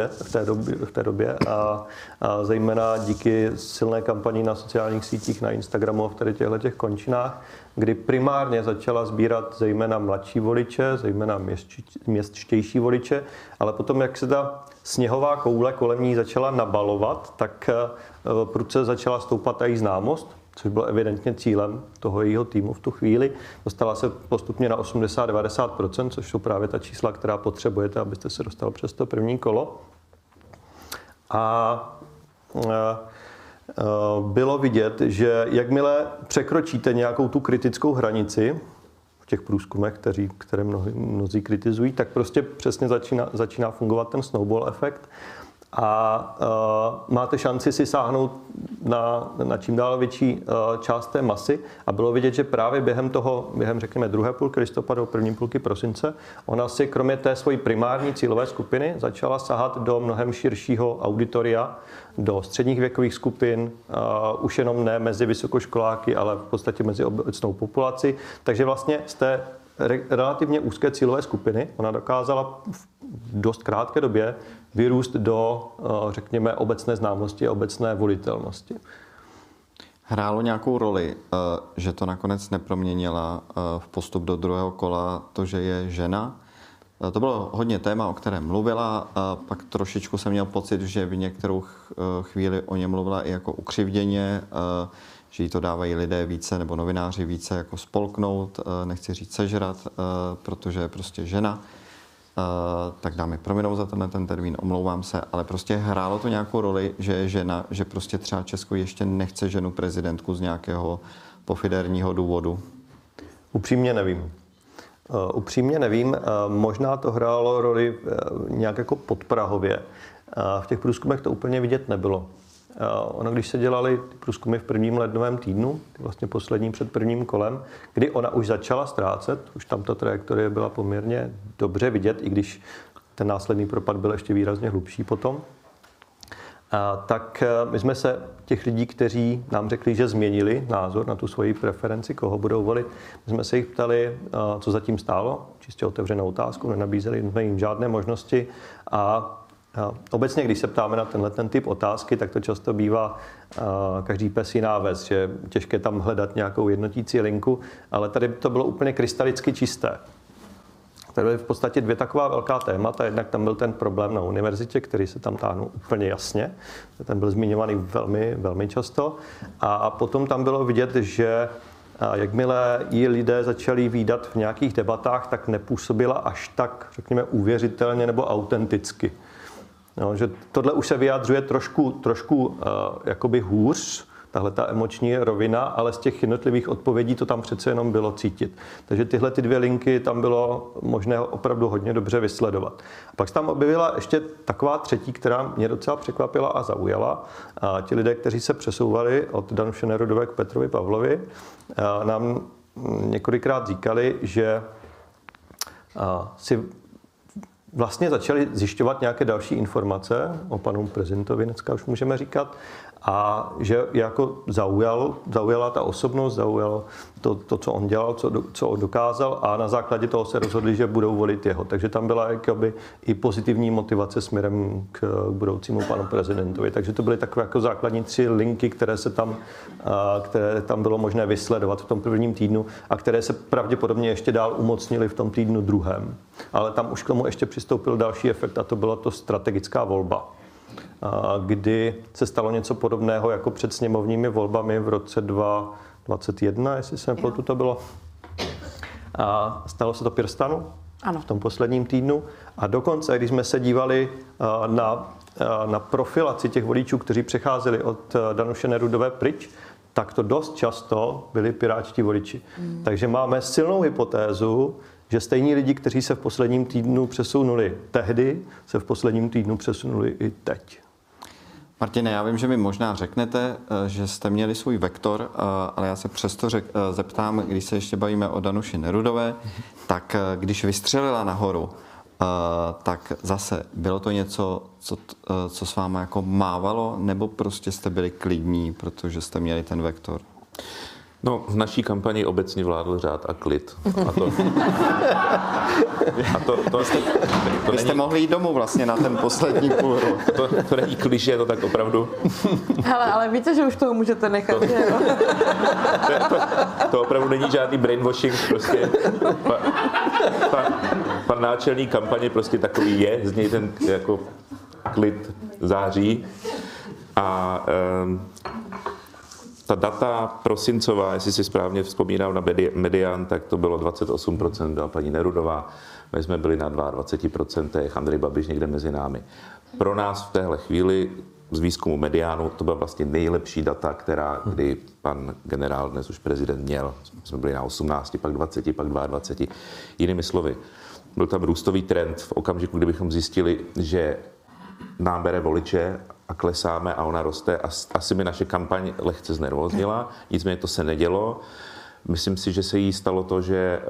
Speaker 4: v té době a zejména díky silné kampani na sociálních sítích, na Instagramu a v těchto končinách, kdy primárně začala sbírat zejména mladší voliče, zejména městštější voliče, ale potom, jak se ta sněhová koule kolem ní začala nabalovat, tak prudce začala stoupat ta její známost, což bylo evidentně cílem toho jejího týmu v tu chvíli. Dostala se postupně na 80-90%, což jsou právě ta čísla, která potřebujete, abyste se dostal přes to první kolo. A bylo vidět, že jakmile překročíte nějakou tu kritickou hranici v těch průzkumech, které mnozí kritizují, tak prostě přesně začíná fungovat ten snowball efekt. A máte šanci si sáhnout na čím dál větší část té masy a bylo vidět, že právě během řekněme druhé půlky listopadu, první půlky prosince, ona si kromě té svojí primární cílové skupiny začala sahat do mnohem širšího auditoria, do středních věkových skupin, už jenom ne mezi vysokoškoláky, ale v podstatě mezi obecnou populaci. Takže vlastně z té relativně úzké cílové skupiny ona dokázala v dost krátké době vyrůst do, řekněme, obecné známosti a obecné volitelnosti.
Speaker 2: Hrálo nějakou roli, že to nakonec neproměnila v postup do druhého kola to, že je žena? To bylo hodně téma, o kterém mluvila, pak trošičku jsem měl pocit, že v některou chvíli o něm mluvila i jako ukřivděně, že jí to dávají lidé více nebo novináři více jako spolknout, nechci říct sežrat, protože je prostě žena. Tak dáme prominou za ten termín, omlouvám se, ale prostě hrálo to nějakou roli, že je žena, že prostě třeba Česko ještě nechce ženu prezidentku z nějakého pofidérního důvodu?
Speaker 4: Upřímně nevím. Možná to hrálo roli nějak jako podprahově. V těch průzkumech to úplně vidět nebylo. Ono, když se dělaly průzkumy v prvním lednovém týdnu, vlastně posledním před prvním kolem, kdy ona už začala ztrácet, už tam ta trajektorie byla poměrně dobře vidět, i když ten následný propad byl ještě výrazně hlubší potom, tak my jsme se těch lidí, kteří nám řekli, že změnili názor na tu svoji preferenci, koho budou volit, my jsme se jich ptali, co zatím stálo, čistě otevřenou otázku, nenabízeli jsme jim žádné možnosti a obecně, když se ptáme na ten typ otázky, tak to často bývá každý pes jiná ves, že je těžké tam hledat nějakou jednotící linku, ale tady to bylo úplně krystalicky čisté. Tady byly v podstatě dvě taková velká témata. Jednak tam byl ten problém na univerzitě, který se tam táhnul úplně jasně. Ten byl zmiňovaný velmi, velmi často. A potom tam bylo vidět, že jakmile ji lidé začali vídat v nějakých debatách, tak nepůsobila až tak, řekněme, uvěřitelně nebo autenticky. No, že tohle už se vyjadřuje trošku jakoby hůř, tahle ta emoční rovina, ale z těch jednotlivých odpovědí to tam přece jenom bylo cítit. Takže tyhle ty dvě linky tam bylo možné opravdu hodně dobře vysledovat. A pak se tam objevila ještě taková třetí, která mě docela překvapila a zaujala. A ti lidé, kteří se přesouvali od Danuše Nerudové k Petrovi Pavlovi, nám několikrát říkali, že si vlastně začali zjišťovat nějaké další informace o panu prezidentovi, dneska už můžeme říkat, a že jako zaujala ta osobnost, zaujalo to, co on dělal, co on dokázal, a na základě toho se rozhodli, že budou volit jeho. Takže tam byla jakoby i pozitivní motivace směrem k budoucímu panu prezidentovi. Takže to byly takové jako základní 3 linky, které tam bylo možné vysledovat v tom prvním týdnu a které se pravděpodobně ještě dál umocnily v tom týdnu druhém. Ale tam už k tomu ještě přistoupil další efekt, a to byla to strategická volba, kdy se stalo něco podobného jako před sněmovními volbami v roce 2021, jestli se nepletu, to bylo. A stalo se to Pirstanu v tom posledním týdnu. A dokonce, když jsme se dívali na profilaci těch voličů, kteří přecházeli od Danuše Nerudové pryč, tak to dost často byli pirátští voliči. Takže máme silnou hypotézu, že stejní lidi, kteří se v posledním týdnu přesunuli tehdy, se v posledním týdnu přesunuli i teď.
Speaker 2: Martine, já vím, že mi možná řeknete, že jste měli svůj vektor, ale já se přesto zeptám, když se ještě bavíme o Danuši Nerudové, tak když vystřelila nahoru, tak zase bylo to něco, co s váma jako mávalo, nebo prostě jste byli klidní, protože jste měli ten vektor?
Speaker 5: No, v naší kampani obecně vládl řád a klid.
Speaker 2: Vy jste mohli jít domů vlastně na ten poslední půl rok.
Speaker 5: To není klišé, to tak opravdu.
Speaker 3: Ale víte, že už toho můžete nechat, že jo?
Speaker 5: To opravdu není žádný brainwashing, prostě. Pan náčelník kampaně prostě takový je, z něj ten jako klid září. A ta data prosincová, jestli si správně vzpomínám na medián, tak to bylo 28% a paní Nerudová. My jsme byli na 22%, Andrej Babiš někde mezi námi. Pro nás v téhle chvíli z výzkumu mediánu to byla vlastně nejlepší data, kdy pan generál, dnes už prezident, měl. Jsme byli na 18, pak 20, pak 22. Jinými slovy, byl tam růstový trend v okamžiku, kdybychom zjistili, že nám bere voliče a klesáme a ona roste. Asi mi naše kampaň lehce znervóznila, nicméně to se nedělo. Myslím si, že se jí stalo to, že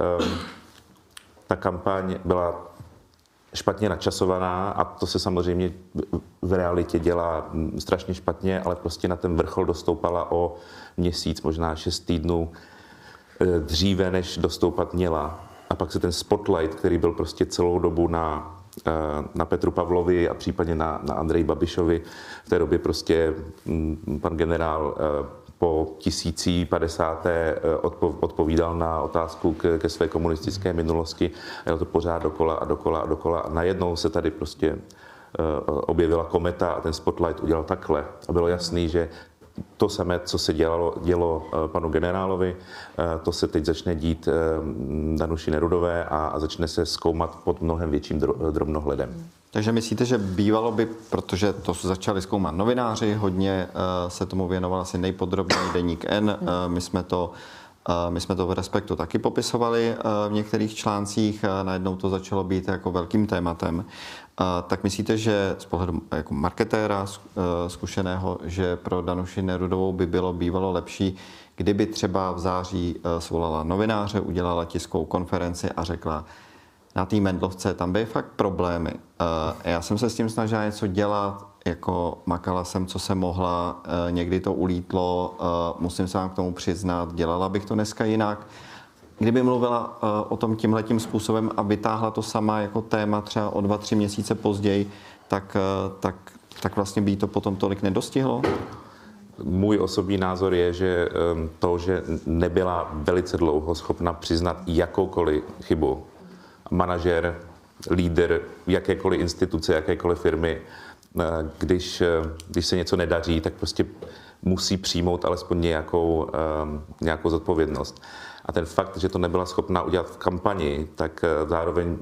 Speaker 5: ta kampaň byla špatně načasovaná a to se samozřejmě v realitě dělá strašně špatně, ale prostě na ten vrchol dostoupala o měsíc, možná 6 týdnů dříve, než dostoupat měla. A pak se ten spotlight, který byl prostě celou dobu na Petru Pavlovi a případně na Andreji Babišovi. V té době prostě pan generál po 1050. odpovídal na otázku ke své komunistické minulosti a jel to pořád dokola a najednou se tady prostě objevila kometa a ten spotlight udělal takhle. A bylo jasný, že to samé, co se dělo panu generálovi, to se teď začne dít Danuši Nerudové a začne se zkoumat pod mnohem větším drobnohledem.
Speaker 2: Takže myslíte, že bývalo by, protože to začali zkoumat novináři, hodně se tomu věnoval asi nejpodrobněji Deník N, my jsme to v Respektu taky popisovali v některých článcích, najednou to začalo být jako velkým tématem. Tak myslíte, že z pohledu jako marketéra zkušeného, že pro Danuši Nerudovou by bývalo lepší, kdyby třeba v září svolala novináře, udělala tiskovou konferenci a řekla, na té Mendlovce tam byly fakt problémy. Já jsem se s tím snažila něco dělat, jako makala jsem, co jsem mohla, někdy to ulítlo, musím se vám k tomu přiznat, dělala bych to dneska jinak. Kdyby mluvila o tom tímhletím způsobem a vytáhla to sama jako téma třeba o 2-3 měsíce později, tak vlastně by jí to potom tolik nedostihlo?
Speaker 5: Můj osobní názor je, že to, že nebyla velice dlouho schopna přiznat jakoukoliv chybu, manažer, lídr jakékoliv instituce, jakékoliv firmy, když se něco nedaří, tak prostě musí přijmout alespoň nějakou zodpovědnost. A ten fakt, že to nebyla schopná udělat v kampani, tak zároveň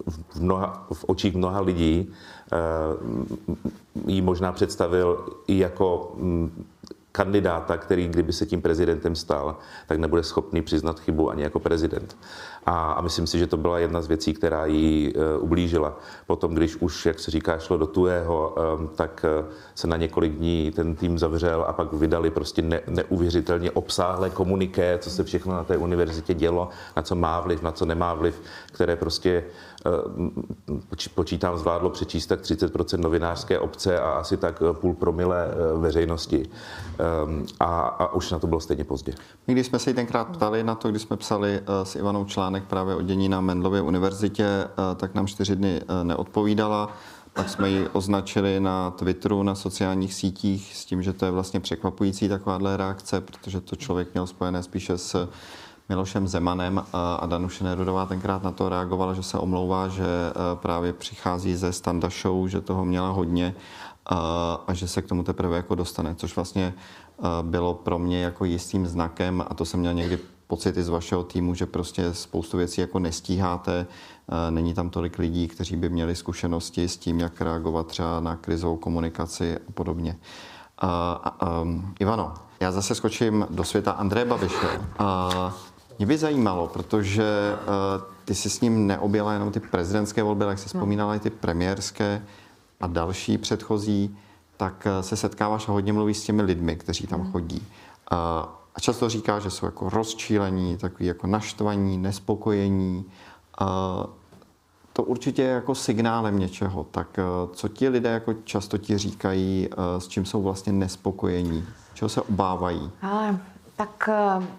Speaker 5: v očích mnoha lidí ji možná představil i jako kandidáta, který kdyby se tím prezidentem stal, tak nebude schopný přiznat chybu ani jako prezident. A myslím si, že to byla jedna z věcí, která jí ublížila. Potom, když už, jak se říká, šlo do tuhého, tak se na několik dní ten tým zavřel a pak vydali prostě neuvěřitelně obsáhlé komuniké, co se všechno na té univerzitě dělo, na co má vliv, na co nemá vliv, které prostě počítám zvládlo přečíst tak 30% novinářské obce a asi tak 0,5 promile veřejnosti. A už na to bylo stejně pozdě.
Speaker 2: My když jsme se jí tenkrát ptali na to, když jsme psali s Ivanou článek právě o dění na Mendelově univerzitě, tak nám 4 dny neodpovídala. Pak jsme ji označili na Twitteru, na sociálních sítích s tím, že to je vlastně překvapující takováhle reakce, protože to člověk měl spojené spíše s Milošem Zemanem a Danuše Nerudová tenkrát na to reagovala, že se omlouvá, že právě přichází ze Standa Show, že toho měla hodně a že se k tomu teprve jako dostane, což vlastně bylo pro mě jako jistým znakem a to jsem měl někdy pocity z vašeho týmu, že prostě spoustu věcí jako nestíháte, není tam tolik lidí, kteří by měli zkušenosti s tím, jak reagovat třeba na krizovou komunikaci a podobně. Ivano, já zase skočím do světa Andreje Babiše. Mě by zajímalo, protože ty jsi s ním neobjela jenom ty prezidentské volby, ale jak jsi vzpomínala i ty premiérské a další předchozí, tak se setkáváš a hodně mluvíš s těmi lidmi, kteří tam chodí. A často říká, že jsou jako rozčílení, takový jako naštvaní, nespokojení. To určitě je jako signálem něčeho. Tak co ti lidé jako často ti říkají, s čím jsou vlastně nespokojení? Čeho se obávají?
Speaker 3: Tak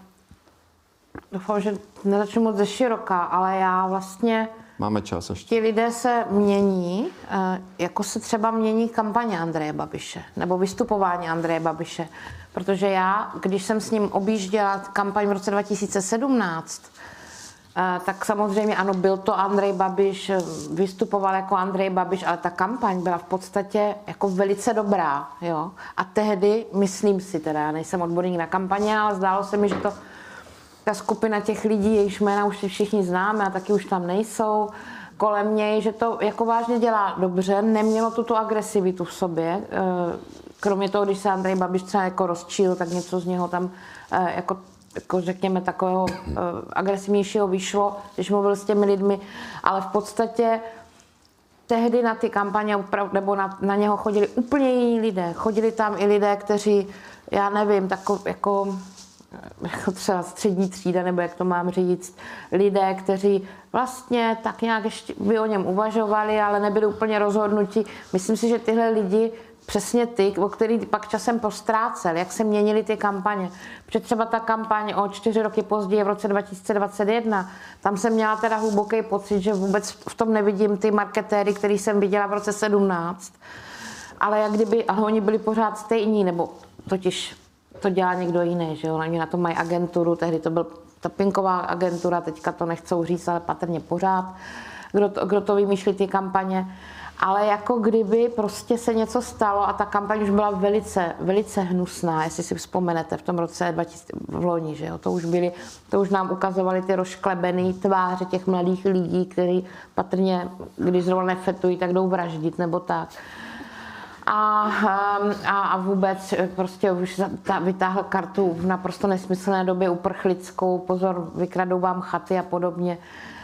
Speaker 3: doufám, že nezačnu moc ze široka, ale já vlastně...
Speaker 2: Máme čas ještě.
Speaker 3: Ti lidé se mění, jako se třeba mění kampaně Andreje Babiše nebo vystupování Andreje Babiše. Protože já, když jsem s ním objížděla kampaň v roce 2017, tak samozřejmě ano, byl to Andrej Babiš, vystupoval jako Andrej Babiš, ale ta kampaň byla v podstatě jako velice dobrá. Jo? A tehdy, myslím si teda, já nejsem odborník na kampaně, ale zdálo se mi, že to ta skupina těch lidí, jejichž jména už si všichni známe a taky už tam nejsou kolem něj, že to jako vážně dělá dobře, nemělo tuto agresivitu v sobě. Kromě toho, když se Andrej Babiš třeba jako rozčíl, tak něco z něho tam jako řekněme takového agresivnějšího vyšlo, když mluvil s těmi lidmi, ale v podstatě tehdy na ty kampaně nebo na něho chodili úplně jiní lidé. Chodili tam i lidé, kteří, já nevím, jako třeba střední třída, nebo jak to mám říct, lidé, kteří vlastně tak nějak ještě by o něm uvažovali, ale nebyli úplně rozhodnutí. Myslím si, že tyhle lidi, přesně ty, o kterých pak časem postrácel, jak se měnily ty kampaně. Protože třeba ta kampaň o 4 roky později v roce 2021, tam jsem měla teda hluboký pocit, že vůbec v tom nevidím ty marketéry, který jsem viděla v roce 17. Ale jak kdyby, ale oni byli pořád stejní, nebo totiž to dělá někdo jiný, že jo? Oni na to mají agenturu, tehdy to byl ta pinková agentura, teďka to nechcou říct, ale patrně pořád, kdo to vymýšlí ty kampaně. Ale jako kdyby prostě se něco stalo a ta kampaň už byla velice, velice hnusná, jestli si vzpomenete v tom roce 2000, v loni, že jo? To už nám ukazovali ty rozšklebený tváře těch mladých lidí, kteří patrně, když zrovna nefetují, tak jdou vraždit nebo tak. A vůbec prostě už vytáhl kartu v naprosto nesmyslné době uprchlickou, pozor, vykradou vám chaty a podobně.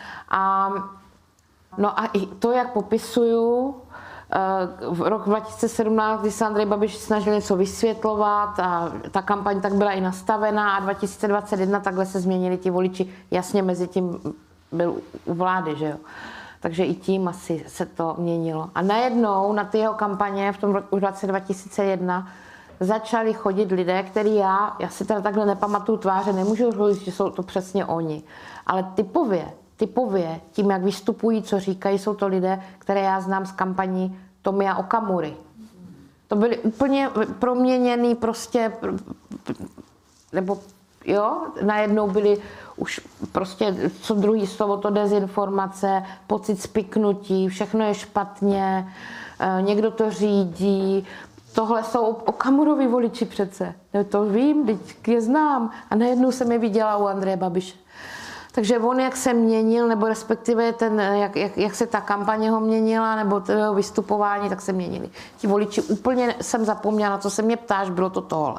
Speaker 3: No a i to, jak popisuju, v rok 2017, kdy se Andrej Babiš snažil něco vysvětlovat a ta kampaň tak byla i nastavená a 2021 takhle se změnili ti voliči, jasně mezi tím byl u vlády, že jo. Takže i tím asi se to měnilo. A najednou na ty jeho kampaně v tom roce 2001 začali chodit lidé, který já si teda takhle nepamatuju tváře, nemůžu říct, že jsou to přesně oni. Ale typově, tím, jak vystupují, co říkají, jsou to lidé, které já znám z kampaní Tomia Okamury. To byli úplně proměněný prostě, nebo jo, najednou byli už prostě co druhý slovo, to dezinformace, pocit spiknutí, všechno je špatně, někdo to řídí. Tohle jsou Okamurovi voliči přece. To vím, teď je znám. A najednou jsem je viděla u Andreje Babiše. Takže on, jak se měnil, nebo respektive jak se ta kampaně ho měnila, nebo to jeho vystupování, tak se měnili. Ti voliči úplně jsem zapomněla, co se mě ptáš, bylo to tohle.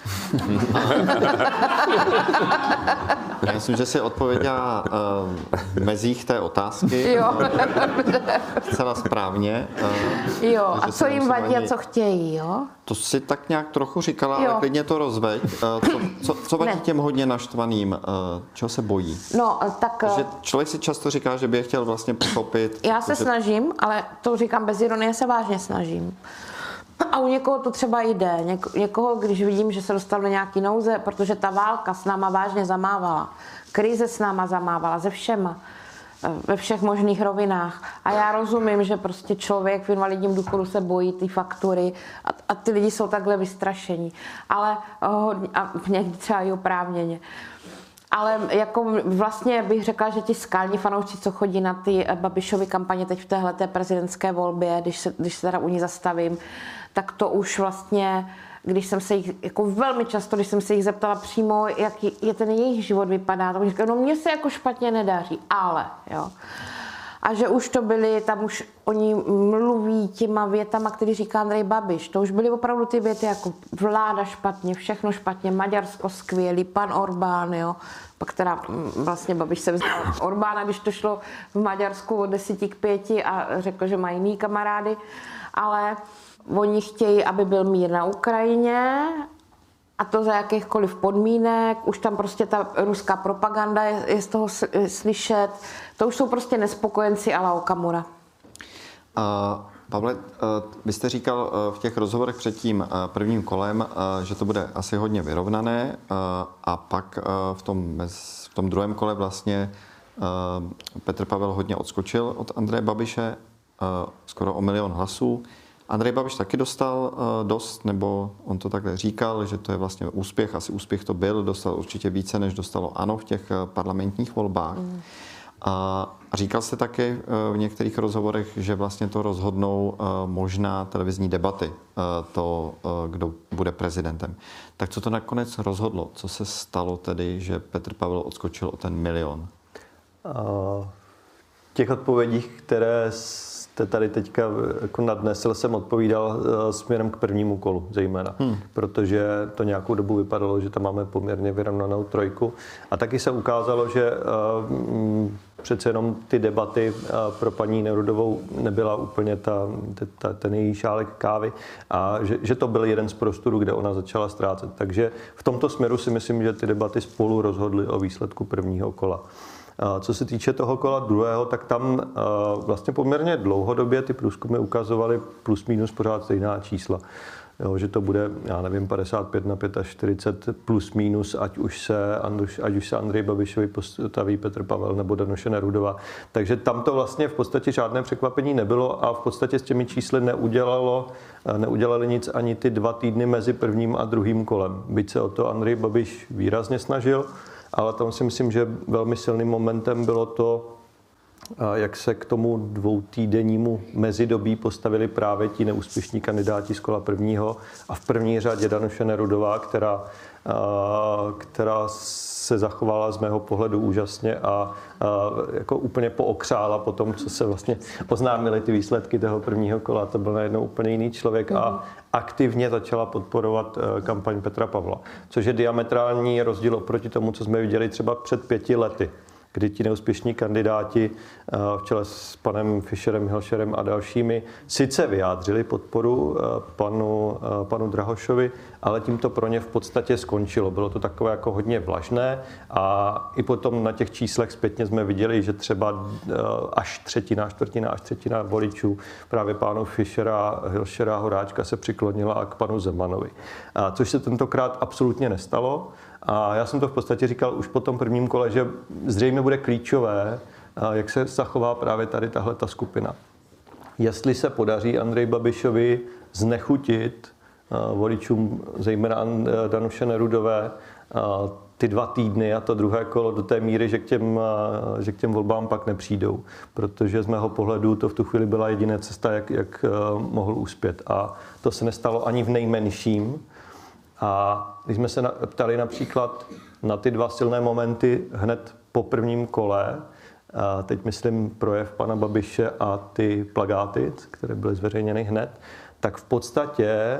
Speaker 2: Já myslím, že si odpověděla v mezích té otázky.
Speaker 3: Jo.
Speaker 2: Zcela správně.
Speaker 3: Jo, a co jim vadí a co chtějí, jo?
Speaker 2: To si tak nějak trochu říkala,
Speaker 3: Jo.
Speaker 2: ale klidně to rozveď. Co vadí těm hodně naštvaným? Čeho se bojí?
Speaker 3: No, tak...
Speaker 2: Že člověk si často říká, že by je chtěl vlastně pochopit.
Speaker 3: Já se snažím, ale to říkám bez ironie, se vážně snažím. A u někoho to třeba jde. Někoho, když vidím, že se dostal do nějaký nouze, protože ta válka s náma vážně zamávala. Krize s náma zamávala, se všema. Ve všech možných rovinách. A já rozumím, že prostě člověk v invalidním důchodu se bojí ty faktury a ty lidi jsou takhle vystrašení. Ale a někdy třeba i oprávněně. Ale jako vlastně bych řekla, že ti skalní fanoušci, co chodí na ty Babišovy kampaně teď v téhleté prezidentské volbě, když se teda u ní zastavím, tak to už vlastně, když jsem se jich, jako velmi často, když jsem se jich zeptala přímo, jak je ten jejich život vypadá, tak oni říkají, no mně se jako špatně nedaří, ale, jo. A že už to byly, tam už oni mluví těma větama, který říká Andrej Babiš. To už byly opravdu ty věty jako vláda špatně, všechno špatně, Maďarsko skvělý, pan Orbán, jo. Pak teda vlastně Babiš se vzal Orbána, když to šlo v Maďarsku od 10 k 5 a řekl, že mají jiný kamarády. Ale oni chtějí, aby byl mír na Ukrajině, a to za jakýchkoliv podmínek, už tam prostě ta ruská propaganda je z toho slyšet. To už jsou prostě nespokojenci a la Okamura.
Speaker 2: Pavle, vy jste říkal v těch rozhovorech před tím prvním kolem, že to bude asi hodně vyrovnané a pak v tom druhém kole vlastně Petr Pavel hodně odskočil od Andreje Babiše, skoro o 1 000 000 hlasů. Andrej Babiš taky dostal dost, nebo on to takhle říkal, že to je vlastně úspěch, asi úspěch to byl, dostal určitě více, než dostalo ANO v těch parlamentních volbách. A říkal jste taky v některých rozhovorech, že vlastně to rozhodnou možná televizní debaty, to, kdo bude prezidentem. Tak co to nakonec rozhodlo? Co se stalo tedy, že Petr Pavel odskočil o ten 1 000 000?
Speaker 4: V těch odpovědích, které jste tady teďka jako nadnesl, jsem odpovídal směrem k prvnímu kolu zejména, protože to nějakou dobu vypadalo, že tam máme poměrně vyrovnanou trojku. A taky se ukázalo, že přece jenom ty debaty pro paní Nerudovou nebyla úplně ten její šálek kávy a že to byl jeden z prostorů, kde ona začala ztrácet. Takže v tomto směru si myslím, že ty debaty spolu rozhodly o výsledku prvního kola. Co se týče toho kola druhého, tak tam vlastně poměrně dlouhodobě ty průzkumy ukazovaly plus minus pořád stejná čísla. Jo, že to bude, já nevím, 55 na 45 plus minus, ať už se Andrej Babišovi postaví Petr Pavel nebo Danuše Nerudová. Takže tam to vlastně v podstatě žádné překvapení nebylo a v podstatě s těmi čísly neudělali nic ani ty 2 týdny mezi prvním a druhým kolem. Byť se o to Andrej Babiš výrazně snažil, ale tam si myslím, že velmi silným momentem bylo to, jak se k tomu 2týdennímu mezidobí postavili právě ti neúspěšní kandidáti z kola prvního a v první řadě Danuše Nerudová, která se zachovala z mého pohledu úžasně a jako úplně pookřála po tom, co se vlastně oznámily ty výsledky toho prvního kola. To byl najednou úplně jiný člověk a aktivně začala podporovat kampaň Petra Pavla, což je diametrální rozdíl oproti tomu, co jsme viděli třeba před 5 lety, kdy ti neúspěšní kandidáti v čele s panem Fischerem, Hilšerem a dalšími sice vyjádřili podporu panu Drahošovi, ale tím to pro ně v podstatě skončilo. Bylo to takové jako hodně vlažné a i potom na těch číslech zpětně jsme viděli, že třeba až čtvrtina voličů právě pánu Fischera, Hilšera, Horáčka se přiklonila k panu Zemanovi. Což se tentokrát absolutně nestalo. A já jsem to v podstatě říkal už po tom prvním kole, že zřejmě bude klíčové, jak se zachová právě tady tahleta skupina. Jestli se podaří Andrej Babišovi znechutit voličům, zejména Danuše Nerudové, ty 2 týdny a to druhé kolo do té míry, že k těm volbám pak nepřijdou. Protože z mého pohledu to v tu chvíli byla jediná cesta, jak mohl uspět. A to se nestalo ani v nejmenším. A když jsme se ptali například na ty 2 silné momenty hned po prvním kole, teď myslím projev pana Babiše a ty plakáty, které byly zveřejněny hned, tak v podstatě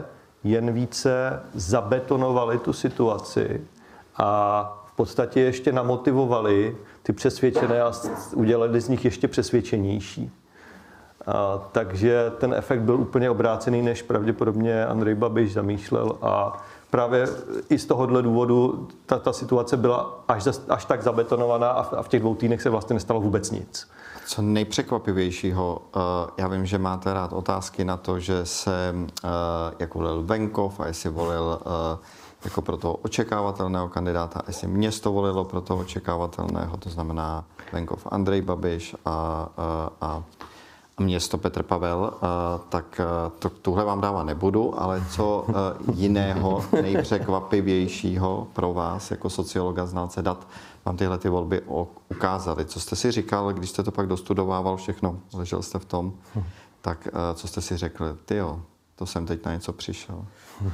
Speaker 4: jen více zabetonovali tu situaci a v podstatě ještě namotivovali ty přesvědčené a udělali z nich ještě přesvědčenější. Takže ten efekt byl úplně obrácený, než pravděpodobně Andrej Babiš zamýšlel a právě i z tohohle důvodu ta situace byla až tak zabetonovaná a v těch 2 týdnech se vlastně nestalo vůbec nic.
Speaker 2: Co nejpřekvapivějšího, já vím, že máte rád otázky na to, že se jak volil venkov a jestli volil jako pro toho očekávatelného kandidáta, jestli město volilo pro toho očekávatelného, to znamená venkov Andrej Babiš a město Petr Pavel, tak tuhle vám dávat nebudu, ale co jiného nejpřekvapivějšího pro vás jako sociologa, znalce dat vám tyhle ty volby ukázaly? Co jste si říkal, když jste to pak dostudovával všechno, ležel jste v tom, tak co jste si řekl? Tyjo, to jsem teď na něco přišel.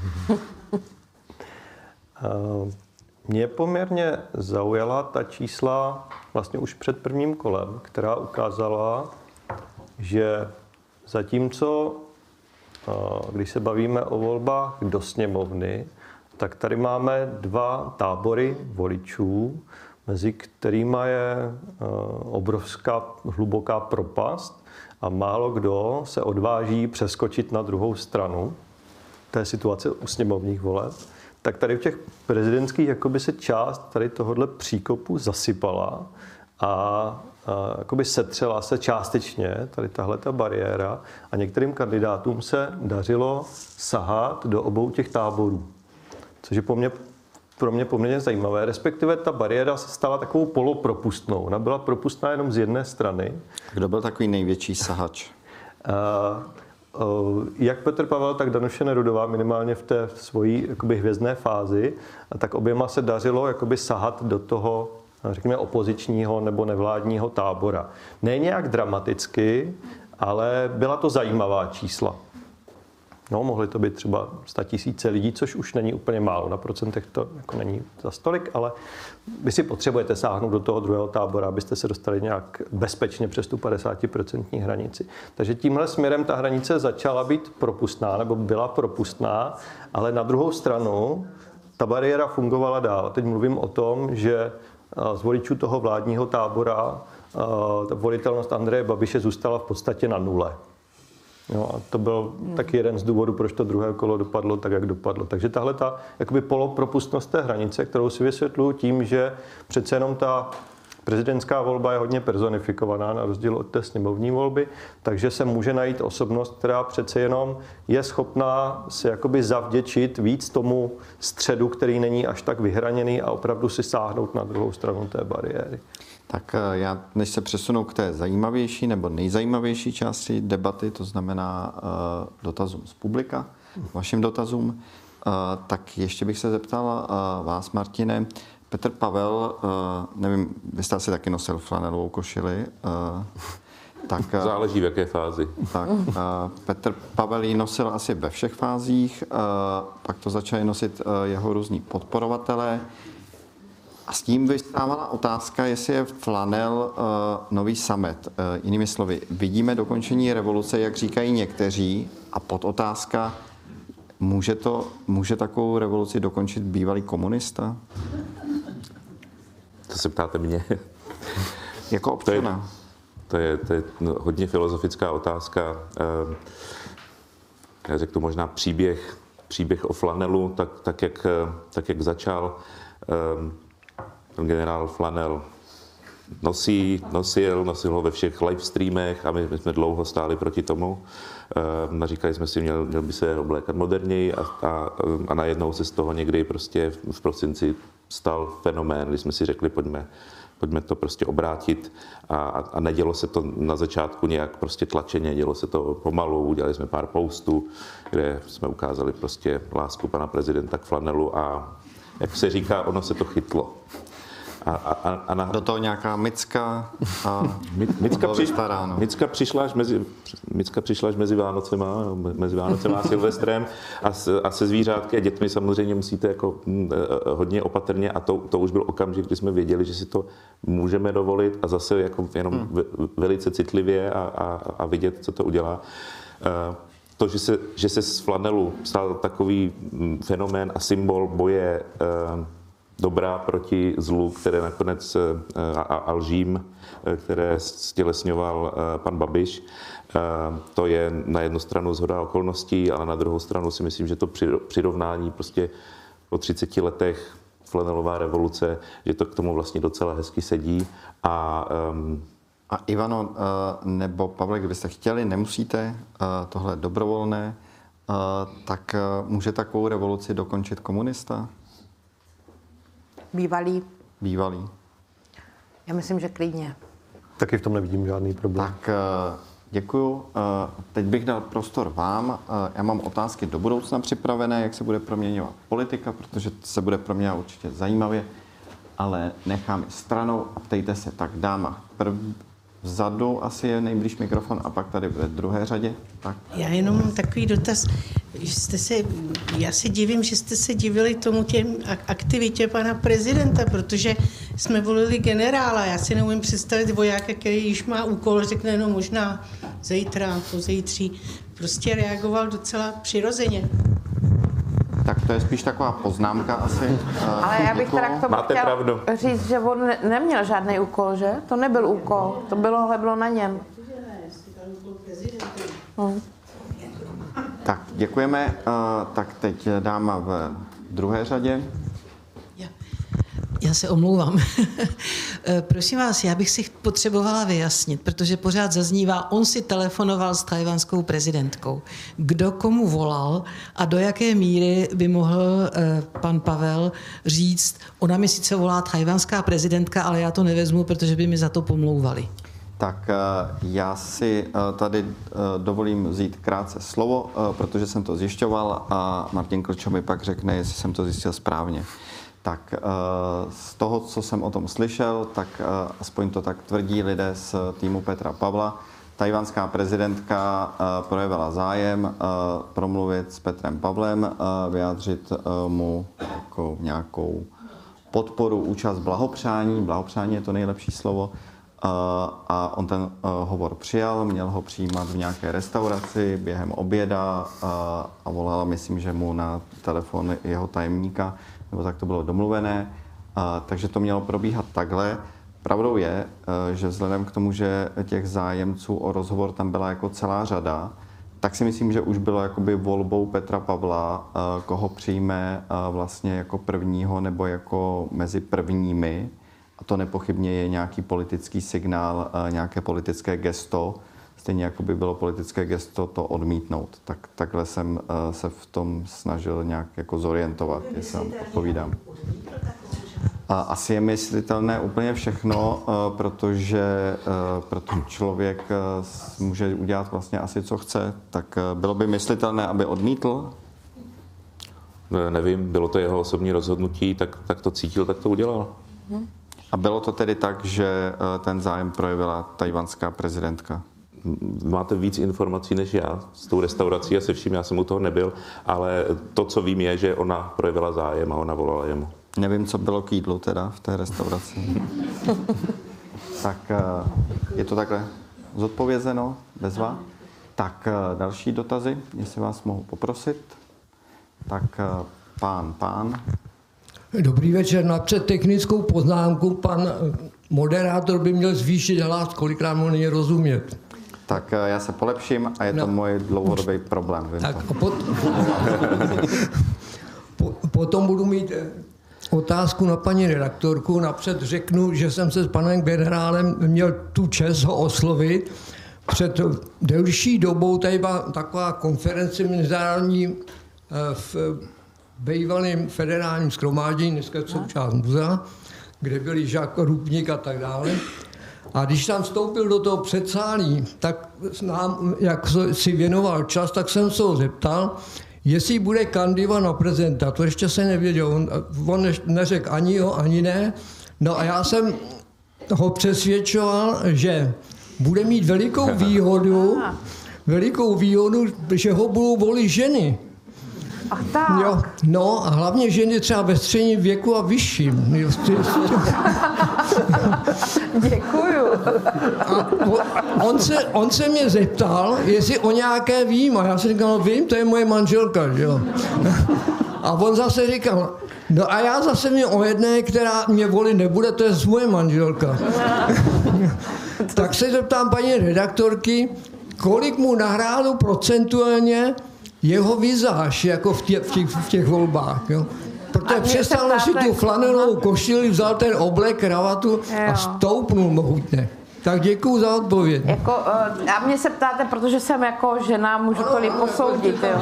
Speaker 4: Mě poměrně zaujala ta čísla vlastně už před prvním kolem, která ukázala, že zatímco, když se bavíme o volbách do sněmovny, tak tady máme 2 tábory voličů, mezi kterými je obrovská hluboká propast a málo kdo se odváží přeskočit na druhou stranu té situace u sněmovních voleb. Tak tady v těch prezidentských jakoby se část tady tohohle příkopu zasypala a jakoby setřela se částečně tady tahleta bariéra a některým kandidátům se dařilo sahat do obou těch táborů. Což je pro mě poměrně zajímavé. Respektive ta bariéra se stala takovou polopropustnou. Ona byla propustná jenom z jedné strany.
Speaker 2: Kdo byl takový největší sahač?
Speaker 4: Jak Petr Pavel, tak Danuše Nerudová minimálně v té svojí jakoby hvězdné fázi, tak oběma se dařilo jakoby sahat do toho, řekněme, opozičního nebo nevládního tábora. Ne nějak dramaticky, ale byla to zajímavá čísla. No, mohly to být třeba 100 000 lidí, což už není úplně málo. Na procentech to jako není za stolik, ale vy si potřebujete sáhnout do toho druhého tábora, abyste se dostali nějak bezpečně přes tu 50% hranici. Takže tímhle směrem ta hranice začala být propustná, nebo byla propustná, ale na druhou stranu ta bariéra fungovala dál. Teď mluvím o tom, že z voličů toho vládního tábora ta volitelnost Andreje Babiše zůstala v podstatě na 0. Jo, a to byl taky jeden z důvodů, proč to druhé kolo dopadlo tak, jak dopadlo. Takže tahle ta jakoby polopropustnost té hranice, kterou si vysvětluji tím, že přece jenom ta prezidentská volba je hodně personifikovaná na rozdíl od té sněmovní volby, takže se může najít osobnost, která přece jenom je schopná se jakoby zavděčit víc tomu středu, který není až tak vyhraněný a opravdu si sáhnout na druhou stranu té bariéry.
Speaker 2: Tak já, než se přesunu k té zajímavější nebo nejzajímavější části debaty, to znamená dotazům z publika, vašim dotazům, tak ještě bych se zeptal vás, Martine. Petr Pavel, nevím, vy jste asi taky nosil flanelovou košili. Tak,
Speaker 5: záleží v jaké fázi.
Speaker 2: Tak, Petr Pavel ji nosil asi ve všech fázích, pak to začali nosit jeho různí podporovatelé. A s tím vystávala otázka, jestli je flanel nový samet. Jinými slovy, vidíme dokončení revoluce, jak říkají někteří, a podotázka, může takovou revoluci dokončit bývalý komunista?
Speaker 5: To se ptáte mě.
Speaker 2: Jako občana.
Speaker 5: To je hodně filozofická otázka. Já řeknu možná příběh o flanelu, tak jak začal. Ten generál Flanel nosil ho ve všech live streamech a my jsme dlouho stáli proti tomu. Říkali jsme si, měl by se oblékat moderněji a najednou se z toho někdy prostě v prosinci stal fenomén, kdy jsme si řekli, pojďme to prostě obrátit a nedělo se to na začátku nějak prostě tlačeně, dělo se to pomalu, udělali jsme pár postů, kde jsme ukázali prostě lásku pana prezidenta k flanelu a jak se říká, ono se to chytlo.
Speaker 2: Do toho nějaká Micka
Speaker 5: Micka přišla až mezi Vánocema a Silvestrem a se zvířátky a dětmi samozřejmě musíte jako hodně opatrně a to už byl okamžik, kdy jsme věděli, že si to můžeme dovolit a zase jako jenom velice citlivě a vidět, co to udělá. to, že se z flanelu stal takový fenomén a symbol boje dobra proti zlu, které nakonec a lžím, které stělesňoval pan Babiš, to je na jednu stranu shoda okolností, ale na druhou stranu si myslím, že to přirovnání prostě po 30 letech flanelová revoluce, že to k tomu vlastně docela hezky sedí. A
Speaker 2: Ivano nebo Pavle, kdybyste chtěli, nemusíte, tohle je dobrovolné, tak může takovou revoluci dokončit komunista? Bývalý.
Speaker 3: Já myslím, že klidně.
Speaker 4: Taky v tom nevidím žádný problém.
Speaker 2: Tak děkuju. Teď bych dal prostor vám. Já mám otázky do budoucna připravené, jak se bude proměňovat politika, protože se bude proměňovat určitě zajímavě, ale nechám je stranou a ptejte se. Tak dáma, vzadu asi je nejblíž mikrofon a pak tady ve druhé řadě. Tak.
Speaker 6: Já jenom mám takový dotaz. Já se divím, že jste se divili tomu těm aktivitě pana prezidenta, protože jsme volili generála. Já si neumím představit vojáka, který již má úkol, řekne, no možná zítra, pozítří. Prostě reagoval docela přirozeně.
Speaker 2: Tak to je spíš taková poznámka asi.
Speaker 3: Ale já bych teda k tomu
Speaker 5: Máte
Speaker 3: chtěl
Speaker 5: pravdu.
Speaker 3: říct, že on neměl žádný úkol, že? To nebyl úkol, to bylo na něm.
Speaker 2: Tak, děkujeme. Tak teď dáma v druhé řadě.
Speaker 6: Já se omlouvám. Prosím vás, já bych si potřebovala vyjasnit, protože pořád zaznívá, on si telefonoval s tchajwanskou prezidentkou. Kdo komu volal a do jaké míry by mohl pan Pavel říct, ona mi sice volá tchajwanská prezidentka, ale já to nevezmu, protože by mi za to pomlouvali.
Speaker 2: Tak já si tady dovolím vzít krátce slovo, protože jsem to zjišťoval a Martin Klčo mi pak řekne, jestli jsem to zjistil správně. Tak z toho, co jsem o tom slyšel, tak aspoň to tak tvrdí lidé z týmu Petra Pavla. Tchajwanská prezidentka projevila zájem promluvit s Petrem Pavlem, vyjádřit mu jako nějakou podporu, účast, blahopřání. Blahopřání je to nejlepší slovo. A on ten hovor přijal, měl ho přijímat v nějaké restauraci během oběda a volala, myslím, že mu na telefon jeho tajemníka, nebo tak to bylo domluvené, takže to mělo probíhat takhle. Pravdou je, že vzhledem k tomu, že těch zájemců o rozhovor tam byla jako celá řada, tak si myslím, že už bylo jakoby volbou Petra Pavla, koho přijme vlastně jako prvního nebo jako mezi prvními. A to nepochybně je nějaký politický signál, nějaké politické gesto. Stejně jako by bylo politické gesto to odmítnout. Takhle jsem se v tom snažil nějak jako zorientovat, jestli vám odpovídám. Asi je myslitelné úplně všechno, protože člověk může udělat vlastně asi co chce. Tak bylo by myslitelné, aby odmítl?
Speaker 5: nevím, bylo to jeho osobní rozhodnutí, tak to cítil, tak to udělal.
Speaker 2: A bylo to tedy tak, že ten zájem projevila tchajwanská prezidentka?
Speaker 5: Máte víc informací než já s tou restaurací a se vším, já jsem u toho nebyl, ale to, co vím, je, že ona projevila zájem a ona volala jemu.
Speaker 2: Nevím, co bylo k jídlu teda v té restauraci. Tak je to takhle zodpovězeno, bezva. Tak další dotazy, jestli vás mohu poprosit. Tak pán.
Speaker 7: Dobrý večer, napřed technickou poznámku. Pan moderátor by měl zvýšit hlas, kolikrát mu není rozumět.
Speaker 2: Tak já se polepším a je to můj dlouhodobý problém.
Speaker 7: Tak potom budu mít otázku na paní redaktorku. Napřed řeknu, že jsem se s panem generálem měl tu čest ho oslovit. Před delší dobou tady byla taková konference mezinárodní v bývalém federálním shromáždění, dneska součást muzea, kde byli Jacques Rupnik a tak dále. A když tam vstoupil do toho předsálí, tak nám, jak si věnoval čas, tak jsem se ho zeptal, jestli bude kandidovat na prezidenta. To ještě se nevěděl. On neřekl ani jo, ani ne. No a já jsem ho přesvědčoval, že bude mít velikou výhodu, že ho budou volit ženy.
Speaker 3: Ach tak.
Speaker 7: Jo, no a hlavně ženy třeba ve středním věku a vyšším.
Speaker 3: Děkuju.
Speaker 7: A on se mě zeptal, jestli o nějaké vím. A já jsem říkal, no vím, to je moje manželka, že jo. A on zase říkal, no a já zase vím o jedné, která mě volit nebude, to je moje manželka. Tak se zeptám paní redaktorky, kolik mu nahrálo procentuálně jeho vizáž jako v těch volbách, jo? Protože přestal nosit tu flanelovou košili, vzal ten oblek, kravatu a stoupnul mohutně. Tak děkuju za odpověď.
Speaker 3: Jako, a mě se ptáte, protože jsem jako žena, můžu tolik posoudit, jo?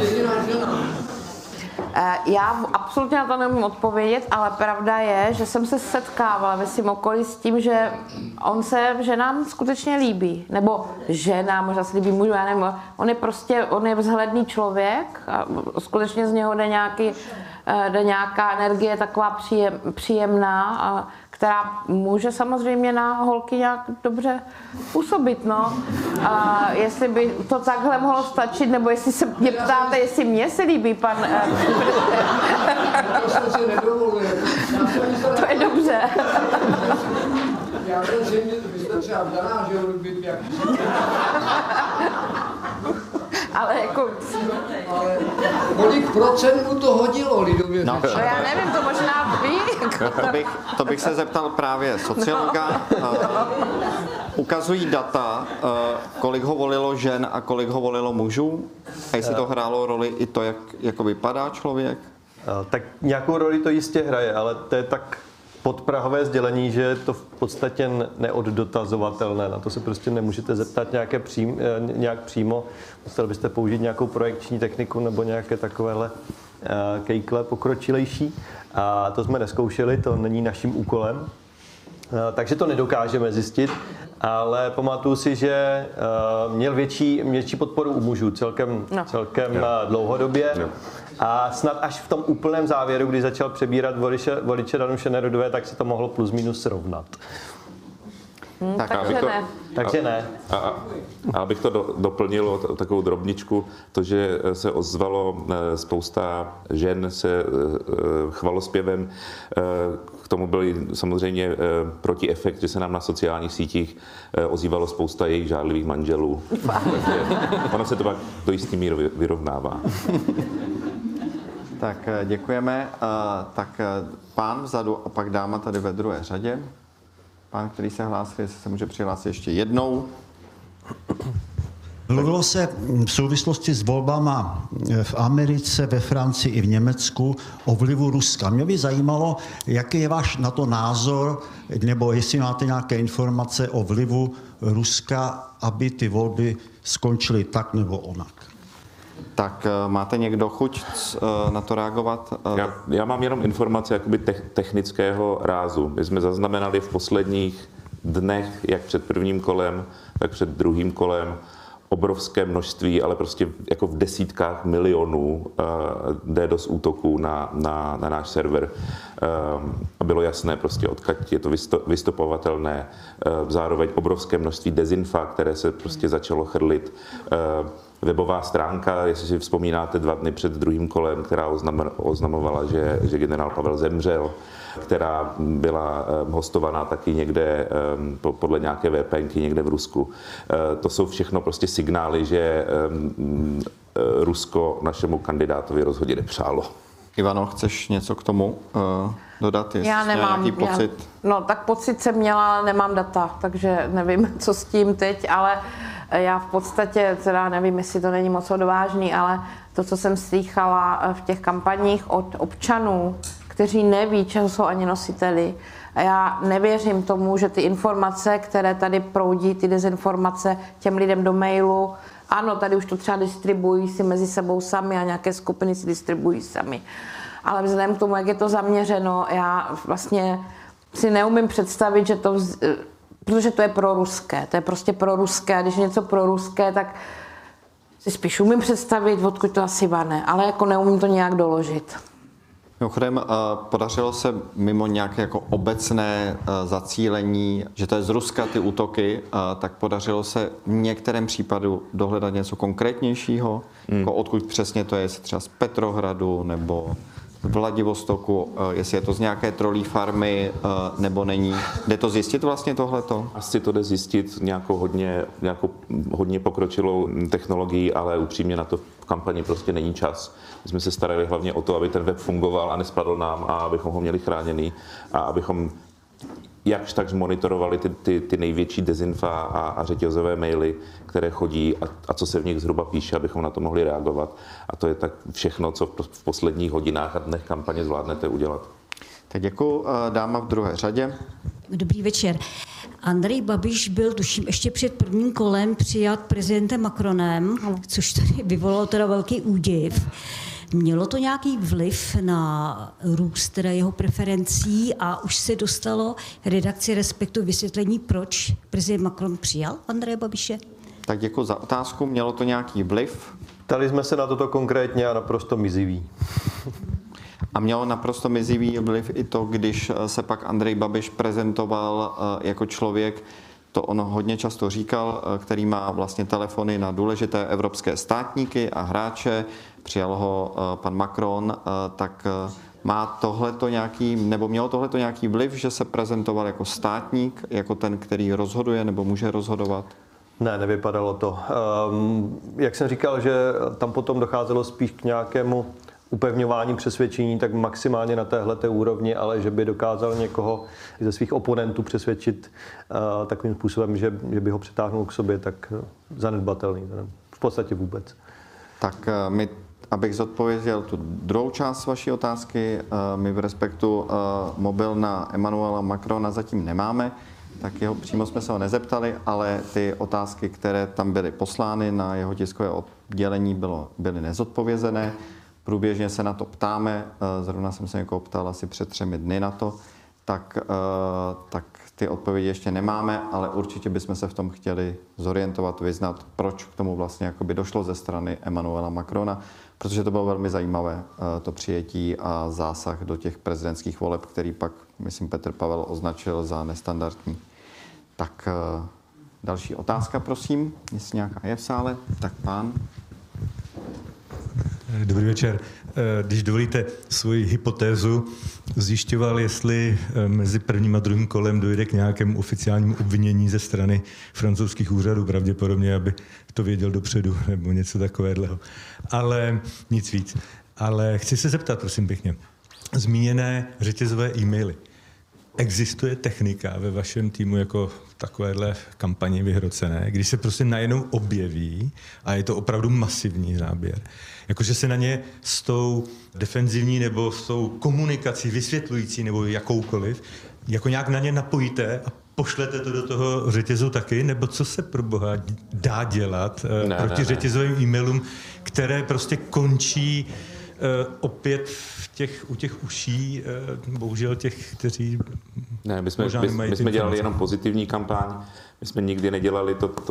Speaker 3: Já absolutně na to neumím odpovědět, ale pravda je, že jsem se setkávala ve svém okolí s tím, že on se ženám skutečně líbí. Nebo žena, možná se líbí mužů, já nevím. On je vzhledný člověk a skutečně z něho jde nějaká energie taková příjemná, která může samozřejmě na holky nějak dobře působit, no. A jestli by to takhle mohlo stačit, nebo jestli se mě ptáte, jestli mně se líbí pan... To je dobře.
Speaker 7: Já jsem si myslel třeba vdaná, že ho líbí jak...
Speaker 3: Ale jako...
Speaker 7: Ale kolik procent mu to hodilo, lidově?
Speaker 2: No,
Speaker 3: já nevím, to možná ví.
Speaker 2: To bych se zeptal právě sociologa. Ukazují data, kolik ho volilo žen a kolik ho volilo mužů? A jestli to hrálo roli i to, jak vypadá člověk?
Speaker 4: Tak nějakou roli to jistě hraje, ale to je tak podprahové sdělení, že je to v podstatě neoddotazovatelné. Na to se prostě nemůžete zeptat nějak přímo. Museli byste použít nějakou projekční techniku nebo nějaké takovéhle kejkle pokročilejší. A to jsme nezkoušeli, to není naším úkolem. Takže to nedokážeme zjistit, ale pamatuju si, že měl větší podporu u mužů celkem dlouhodobě. A snad až v tom úplném závěru, kdy začal přebírat voliče Danuše Nerudové, tak se to mohlo plus minus srovnat. Takže ne.
Speaker 5: A abych to doplnil o takovou drobničku, to, že se ozvalo spousta žen se chvalospěvem, k tomu byl samozřejmě protiefekt, že se nám na sociálních sítích ozývalo spousta jejich žádlivých manželů. Takže ono se to pak do jistý míry vyrovnává.
Speaker 2: Tak děkujeme. Tak pán vzadu a pak dáma tady ve druhé řadě. Pán, který se hlásil, jestli se může přihlásit ještě jednou.
Speaker 8: Mluvilo se v souvislosti s volbama v Americe, ve Francii i v Německu o vlivu Ruska. Mě by zajímalo, jaký je váš na to názor, nebo jestli máte nějaké informace o vlivu Ruska, aby ty volby skončily tak nebo onak.
Speaker 2: Tak máte někdo chuť na to reagovat?
Speaker 5: Já mám jenom informace jakoby technického rázu. My jsme zaznamenali v posledních dnech, jak před prvním kolem, tak před druhým kolem, obrovské množství, ale prostě jako v desítkách milionů DDoS útoků na náš server. Bylo jasné prostě, odkud je to vystopovatelné. Zároveň obrovské množství dezinfa, které se prostě začalo chrlit. Webová stránka, jestli si vzpomínáte 2 dny před druhým kolem, která oznamovala, že generál Pavel zemřel, která byla hostovaná taky někde podle nějaké VPNky někde v Rusku. To jsou všechno prostě signály, že Rusko našemu kandidátovi rozhodně nepřálo.
Speaker 2: Ivano, chceš něco k tomu dodat?
Speaker 3: Já nemám.
Speaker 2: Nějaký pocit?
Speaker 3: Tak pocit jsem měla, ale nemám data, takže nevím, co s tím teď, ale já v podstatě, teda nevím, jestli to není moc odvážný, ale to, co jsem slýchala v těch kampaních od občanů, kteří neví, čeho jsou ani nositeli. A já nevěřím tomu, že ty informace, které tady proudí, ty dezinformace těm lidem do mailu, ano, tady už to třeba distribuují si mezi sebou sami a nějaké skupiny si distribuují sami. Ale vzhledem k tomu, jak je to zaměřeno, já vlastně si neumím představit, že to... Protože to je proruské, to je prostě proruské a když je něco proruské, tak si spíš umím představit, odkud to asi vane, ale jako neumím to nějak doložit.
Speaker 2: Mimochodem, podařilo se mimo nějaké jako obecné zacílení, že to je z Ruska ty útoky, tak podařilo se v některém případu dohledat něco konkrétnějšího, jako odkud přesně to je, jestli třeba z Petrohradu nebo z Vladivostoku, jestli je to z nějaké trolí farmy nebo není. Jde to zjistit vlastně tohleto?
Speaker 5: Asi to jde zjistit nějakou hodně pokročilou technologií, ale upřímně na to v kampani prostě není čas. My jsme se starali hlavně o to, aby ten web fungoval a nespadl nám a abychom ho měli chráněný a abychom jakž tak monitorovali ty největší dezinfa a řetězové maily, které chodí a co se v nich zhruba píše, abychom na to mohli reagovat. A to je tak všechno, co v posledních hodinách a dnech kampaně zvládnete udělat.
Speaker 2: Tak děkuji. Dáma v druhé řadě.
Speaker 9: Dobrý večer. Andrej Babiš byl, tuším, ještě před prvním kolem přijat prezidentem Macronem, což tady vyvolalo teda velký údiv. Mělo to nějaký vliv na růst teda jeho preferencí a už se dostalo redakci Respektu vysvětlení, proč prezident Macron přijal Andreje Babiše?
Speaker 2: Tak děkuji za otázku. Mělo to nějaký vliv?
Speaker 4: Ptali jsme se na toto konkrétně a naprosto mizivý.
Speaker 2: A mělo naprosto mizivý vliv i to, když se pak Andrej Babiš prezentoval jako člověk, to on hodně často říkal, který má vlastně telefony na důležité evropské státníky a hráče, přijal ho pan Macron, tak má tohleto nějaký, nebo mělo tohleto nějaký vliv, že se prezentoval jako státník, jako ten, který rozhoduje nebo může rozhodovat?
Speaker 4: Ne, nevypadalo to. Jak jsem říkal, že tam potom docházelo spíš k nějakému upevňování přesvědčení, tak maximálně na téhleté úrovni, ale že by dokázal někoho ze svých oponentů přesvědčit takovým způsobem, že by ho přitáhnul k sobě, tak zanedbatelný. V podstatě vůbec.
Speaker 2: Tak my, abych zodpověděl tu druhou část vaší otázky, my v Respektu mobil na Emmanuela Macrona zatím nemáme, tak jeho přímo jsme se ho nezeptali, ale ty otázky, které tam byly poslány na jeho tiskové oddělení, byly nezodpovězené. Průběžně se na to ptáme, zrovna jsem se někoho ptal asi před 3 dny na to, tak ty odpovědi ještě nemáme, ale určitě bychom se v tom chtěli zorientovat, vyznat, proč k tomu vlastně jakoby došlo ze strany Emmanuela Macrona, protože to bylo velmi zajímavé, to přijetí a zásah do těch prezidentských voleb, který pak, myslím, Petr Pavel označil za nestandardní. Tak další otázka, prosím, jestli nějaká je v sále, tak pán.
Speaker 10: Dobrý večer. Když dovolíte svoji hypotézu, zjišťoval, jestli mezi prvním a druhým kolem dojde k nějakému oficiálnímu obvinění ze strany francouzských úřadů, pravděpodobně, aby to věděl dopředu, nebo něco takového. Ale nic víc. Ale chci se zeptat, prosím pěkně, zmíněné řetězové e-maily. Existuje technika ve vašem týmu jako takovéhle kampani vyhrocené, když se prostě najednou objeví a je to opravdu masivní záběr. Jakože se na ně s tou defenzivní nebo s tou komunikací vysvětlující nebo jakoukoliv, jako nějak na ně napojíte a pošlete to do toho řetězu taky, nebo co se pro boha dá dělat proti řetězovým e-mailům, které prostě končí opět u těch uší, bohužel těch, kteří
Speaker 5: my jsme dělali jenom pozitivní kampaň, my jsme nikdy nedělali to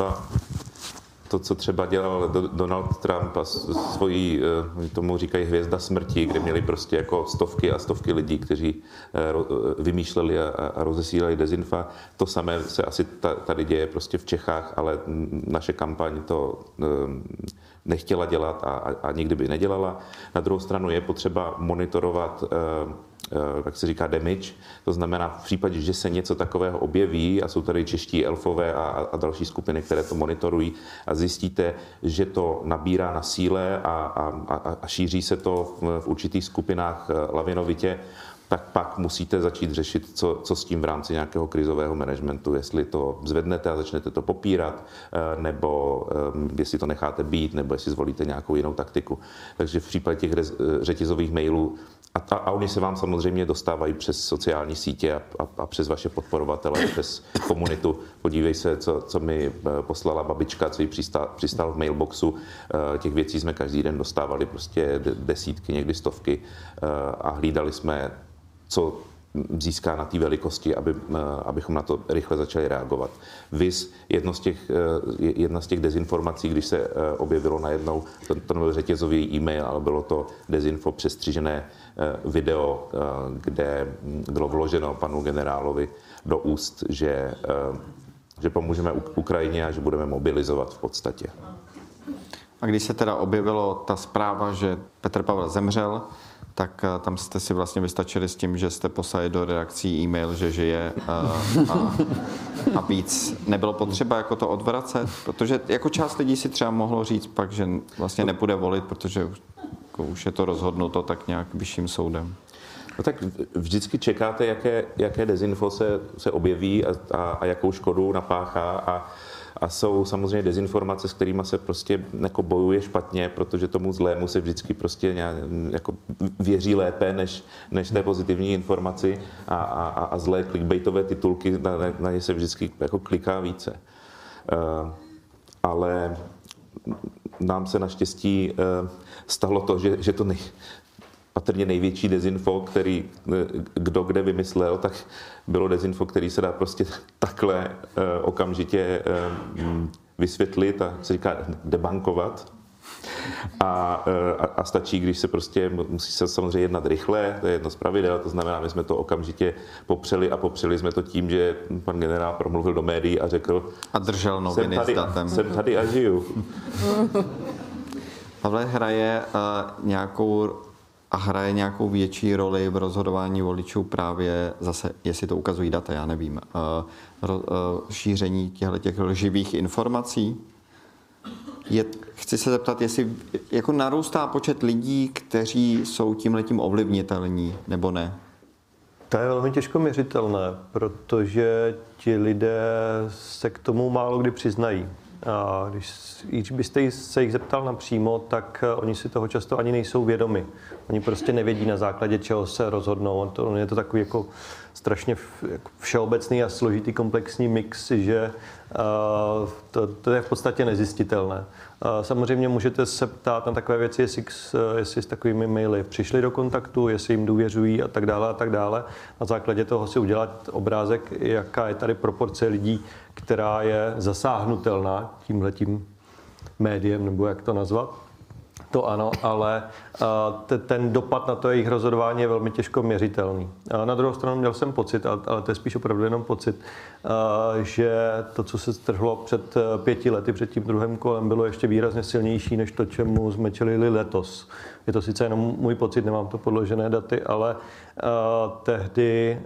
Speaker 5: co třeba dělal Donald Trump a svojí, tomu říkají hvězda smrti, kde měli prostě jako stovky a stovky lidí, kteří vymýšleli a rozesílali dezinfa. To samé se asi tady děje prostě v Čechách, ale naše kampaň to nechtěla dělat a nikdy by nedělala. Na druhou stranu je potřeba monitorovat, jak se říká, damage. To znamená v případě, že se něco takového objeví a jsou tady čeští elfové a další skupiny, které to monitorují a zjistíte, že to nabírá na síle a šíří se to v určitých skupinách lavinovitě, tak pak musíte začít řešit, co s tím v rámci nějakého krizového managementu, jestli to zvednete a začnete to popírat, nebo jestli to necháte být, nebo jestli zvolíte nějakou jinou taktiku. Takže v případě těch řetězových mailů, a oni se vám samozřejmě dostávají přes sociální sítě a přes vaše podporovatele, přes komunitu. Podívej se, co mi poslala babička, co jí přistál v mailboxu. Těch věcí jsme každý den dostávali prostě desítky, někdy stovky a hlídali jsme, co získá na té velikosti, abychom na to rychle začali reagovat. Viz jedna z těch dezinformací, když se objevilo najednou, to nebyl řetězový e-mail, ale bylo to dezinfo přestřižené video, kde bylo vloženo panu generálovi do úst, že pomůžeme Ukrajině a že budeme mobilizovat v podstatě.
Speaker 2: A když se teda objevilo ta zpráva, že Petr Pavel zemřel, tak tam jste si vlastně vystačili s tím, že jste poslali do redakcí e-mail, že žije a víc nebylo potřeba jako to odvracet, protože jako část lidí si třeba mohlo říct pak, že vlastně nepůjde volit, protože už je to rozhodnuto tak nějak vyšším soudem.
Speaker 5: No tak vždycky čekáte, jaké dezinfo se objeví a jakou škodu napáchá a jsou samozřejmě dezinformace, s kterými se prostě jako bojuje špatně, protože tomu zlému se vždycky prostě jako věří lépe než té pozitivní informaci a zlé clickbaitové titulky, na ně se vždycky jako kliká více. Ale nám se naštěstí stalo to, že to patrně největší dezinfo, který kdo kde vymyslel, tak bylo dezinfo, který se dá prostě takhle okamžitě vysvětlit a se říká debankovat. A stačí, když se prostě, musí se samozřejmě jednat rychle, to je jedno z pravidel, to znamená, my jsme to okamžitě popřeli a popřeli jsme to tím, že pan generál promluvil do médií a řekl
Speaker 2: a držel noviny s datem.
Speaker 5: Jsem tady a žiju.
Speaker 2: Pavle, hraje nějakou větší roli v rozhodování voličů právě zase, jestli to ukazují data, já nevím, šíření těchto lživých informací? Chci se zeptat, jestli jako narůstá počet lidí, kteří jsou tímhletím ovlivnitelní, nebo ne?
Speaker 4: To je velmi těžko měřitelné, protože ti lidé se k tomu málo kdy přiznají. A když byste se jich zeptal napřímo, tak oni si toho často ani nejsou vědomi. Oni prostě nevědí, na základě čeho se rozhodnou. Je to takový jako strašně všeobecný a složitý komplexní mix, že to je v podstatě nezjistitelné. Samozřejmě můžete se ptát na takové věci, jestli s takovými maily přišli do kontaktu, jestli jim důvěřují a tak dále a tak dále. Na základě toho si udělat obrázek, jaká je tady proporce lidí, která je zasáhnutelná tímhletím médiem, nebo jak to nazvat. To ano, ale ten dopad na to jejich rozhodování je velmi těžko měřitelný. Na druhou stranu měl jsem pocit, ale to je spíš opravdu jenom pocit, že to, co se strhlo před 5 lety, před tím druhým kolem, bylo ještě výrazně silnější, než to, čemu jsme čelili letos. Je to sice jenom můj pocit, nemám to podložené daty, ale tehdy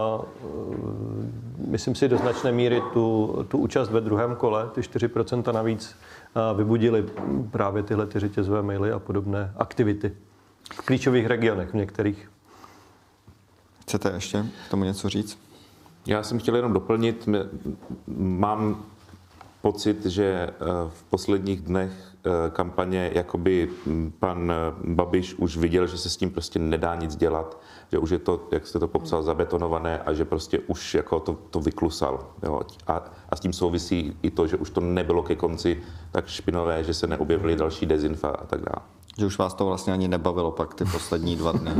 Speaker 4: myslím si do značné míry tu účast ve druhém kole, ty 4% navíc, vybudili právě tyhle ty řetězové maily a podobné aktivity v klíčových regionech, v některých.
Speaker 2: Chcete ještě k tomu něco říct?
Speaker 5: Já jsem chtěl jenom doplnit. Mám pocit, že v posledních dnech kampaně jakoby pan Babiš už viděl, že se s tím prostě nedá nic dělat, že už je to, jak jste to popsal, zabetonované a že prostě už jako to vyklusal. Jo. A s tím souvisí i to, že už to nebylo ke konci tak špinavé, že se neobjevily další dezinfa a tak dále.
Speaker 2: Že už vás to vlastně ani nebavilo pak ty poslední 2 dny.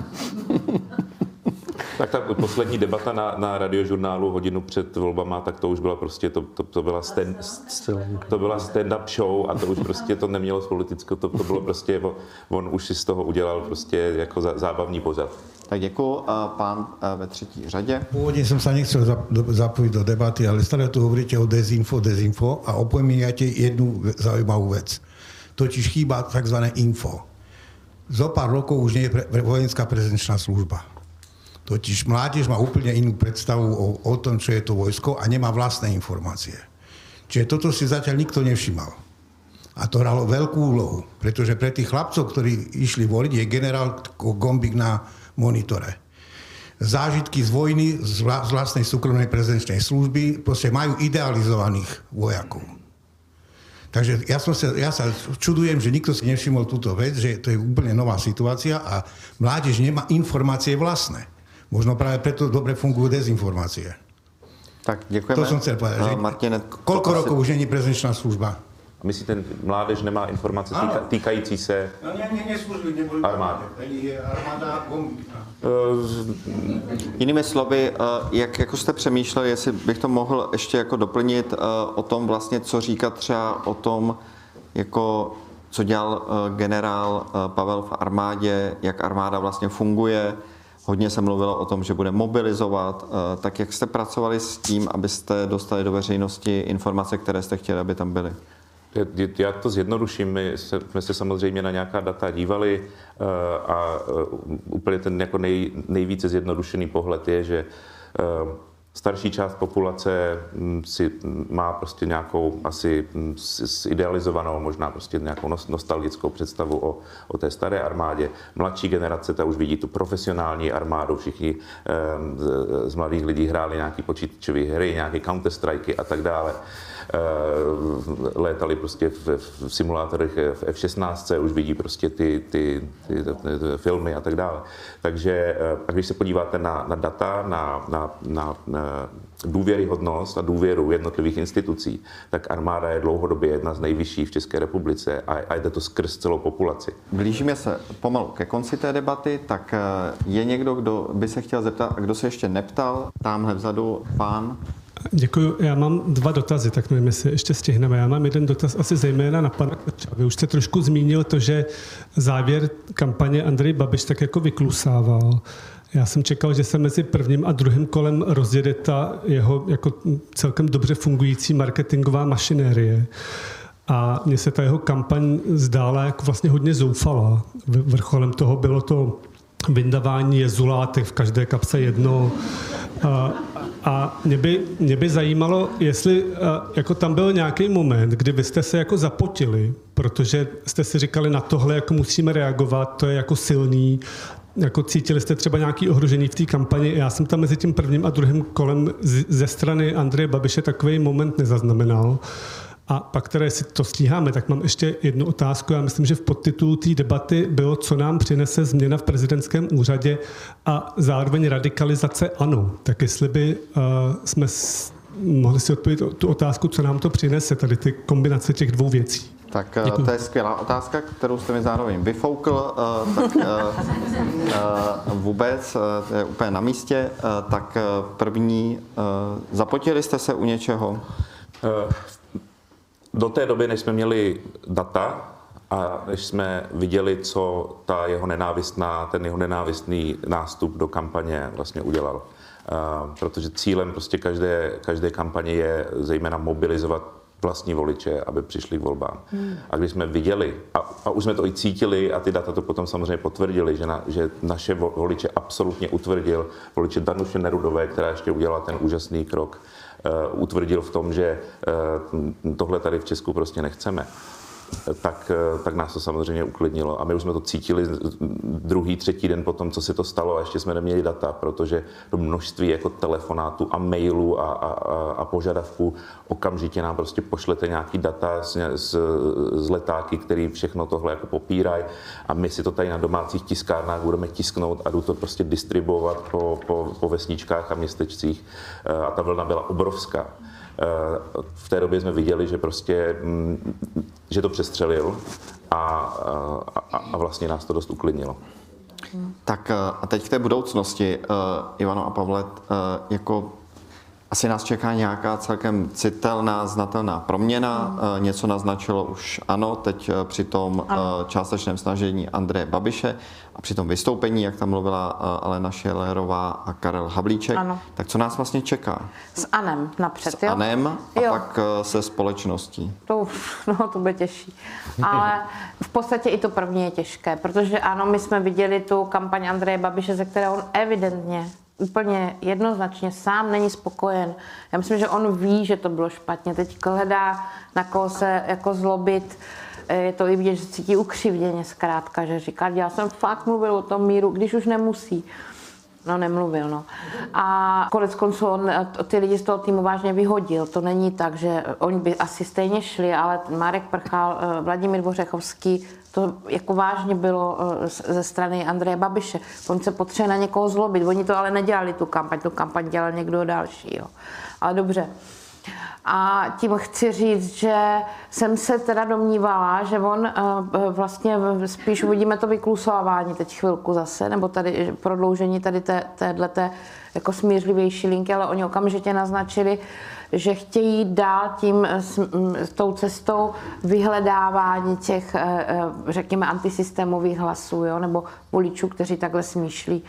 Speaker 5: Tak ta poslední debata na Radiožurnálu hodinu před volbama, tak to už byla prostě, to byla stand-up show a to už prostě to nemělo politickou, to bylo prostě, on už si z toho udělal prostě jako zábavní pořad.
Speaker 2: Tak děkuji. Pán ve 3. řadě.
Speaker 11: Pôvodne som sa nechcel zapojiť do debaty, ale stále tu hovoríte o dezinfo a opomíjate jednu zaujímavú vec. Totiž chýba tzv. Info. Zo pár rokov už nie je vojenská prezenčná služba. Totiž mládež má úplne inú predstavu o tom, čo je to vojsko a nemá vlastné informácie. Čiže toto si zatiaľ nikto nevšimal. A to hralo veľkú úlohu, pretože pre tých chlapcov, ktorí išli voliť, je generál Gombík na monitore. Zážitky z vojny, z vlastnej súkromnej prezenčnej služby, proste majú idealizovaných vojakov. Takže ja sa čudujem, že nikto si nevšimol túto vec, že to je úplne nová situácia a mládež nemá informácie vlastné. Možno práve preto dobre fungujú dezinformácie.
Speaker 2: Tak děkujeme.
Speaker 11: To som chcel povedať. Že
Speaker 2: Martine,
Speaker 11: koľko rokov už není prezenčná služba?
Speaker 5: A myslí, ten mládež nemá informace týkající se armády.
Speaker 2: Jinými slovy, jak jste přemýšleli, jestli bych to mohl ještě jako doplnit o tom vlastně, co říkat třeba o tom, jako co dělal generál Pavel v armádě, jak armáda vlastně funguje. Hodně se mluvilo o tom, že bude mobilizovat. Tak jak jste pracovali s tím, abyste dostali do veřejnosti informace, které jste chtěli, aby tam byly?
Speaker 5: Já to zjednoduším. My jsme se samozřejmě na nějaká data dívali a úplně ten jako nejvíce zjednodušený pohled je, že starší část populace si má prostě nějakou asi idealizovanou, možná prostě nějakou nostalgickou představu o té staré armádě. Mladší generace, ta už vidí tu profesionální armádu, všichni z mladých lidí hráli nějaký počítačové hry, nějaké Counter-Strike a tak dále. Létali prostě v simulátorech v F-16, už vidí prostě ty filmy a tak dále. Takže a když se podíváte na data, na důvěryhodnost a důvěru jednotlivých institucí, tak armáda je dlouhodobě jedna z nejvyšších v České republice a jde to skrz celou populaci.
Speaker 2: Blížíme se pomalu ke konci té debaty, tak je někdo, kdo by se chtěl zeptat a kdo se ještě neptal? Tamhle vzadu pán.
Speaker 12: Děkuji. Já mám 2 dotazy, tak nevím, jestli ještě stihneme. Já mám jeden dotaz asi zejména na pana Krča. Vy už jste trošku zmínil to, že závěr kampaně Andrej Babiš tak jako vyklusával. Já jsem čekal, že se mezi prvním a druhým kolem rozjede ta jeho jako celkem dobře fungující marketingová mašinérie. A mně se ta jeho kampaň zdála jako vlastně hodně zoufalá. Vrcholem toho bylo to vyndavání jezulátek, v každé kapse jedno. A mě by zajímalo, jestli jako tam byl nějaký moment, kdy vy jste se jako zapotili, protože jste si říkali, na tohle jako musíme reagovat, to je jako silný, jako cítili jste třeba nějaké ohrožení v té kampani. Já jsem tam mezi tím prvním a druhým kolem ze strany Andreje Babiše takový moment nezaznamenal. A pak, které si to stíháme, tak mám ještě jednu otázku. Já myslím, že v podtitulu té debaty bylo, co nám přinese změna v prezidentském úřadě a zároveň radikalizace ANO. Tak jestli by jsme mohli si odpovědět tu otázku, co nám to přinese, tady ty kombinace těch 2 věcí.
Speaker 2: Tak to je skvělá otázka, kterou jste mi zároveň vyfoukl, tak vůbec, to je úplně na místě. Tak první, zapotili jste se u něčeho?
Speaker 5: Do té doby, než jsme měli data a než jsme viděli, co ten jeho nenávistný nástup do kampaně vlastně udělal. Protože cílem prostě každé kampaně je zejména mobilizovat vlastní voliče, aby přišli k volbám. A když jsme viděli, a už jsme to i cítili, a ty data to potom samozřejmě potvrdili, že naše voliče absolutně utvrdil, voliče Danuše Nerudové, která ještě udělala ten úžasný krok, utvrdil v tom, že tohle tady v Česku prostě nechceme, tak nás to samozřejmě uklidnilo. A my už jsme to cítili 2., 3. den po tom, co se to stalo, a ještě jsme neměli data, protože to množství jako telefonátů a mailů a požadavků, okamžitě nám prostě pošlete nějaký data z letáky, který všechno tohle jako popírají, a my si to tady na domácích tiskárnách budeme tisknout a jdu to prostě distribuovat po vesničkách a městečcích. A ta vlna byla obrovská. V té době jsme viděli, že prostě, že to přestřelil a vlastně nás to dost uklidnilo.
Speaker 2: Tak a teď k té budoucnosti, Ivano a Pavle, jako asi nás čeká nějaká celkem citelná, znatelná proměna. Něco naznačilo už ANO, teď při tom částečném snažení Andreje Babiše a při tom vystoupení, jak tam mluvila Alena Schillerová a Karel Havlíček. Ano. Tak co nás vlastně čeká?
Speaker 3: S ANem napřed,
Speaker 2: S ANem a pak se společností.
Speaker 3: To bude těžší. Ale v podstatě i to první je těžké, protože ano, my jsme viděli tu kampaň Andreje Babiše, ze které on evidentně úplně jednoznačně sám není spokojen. Já myslím, že on ví, že to bylo špatně. Teď hledá, na koho se jako zlobit. Je to i vidět, že cítí ukřivděně zkrátka, že říká, já jsem fakt mluvil o tom míru, když už nemusí. No, nemluvil, no. A konec konců on ty lidi z toho týmu vážně vyhodil. To není tak, že oni by asi stejně šli, ale Marek Prchal, Vladimír Vořechovský, to jako vážně bylo ze strany Andreje Babiše. On se potřebuje na někoho zlobit. Oni to ale nedělali, tu kampaň dělal někdo další. Jo. Ale dobře. A tím chci říct, že jsem se teda domnívala, že on vlastně spíš uvidíme to vyklusování teď chvilku zase, nebo tady prodloužení tady téhleté jako smířlivější linky, ale oni okamžitě naznačili, že chtějí dál s tou cestou vyhledávání těch, řekněme, antisystémových hlasů, jo, nebo voličů, kteří takhle smýšlí.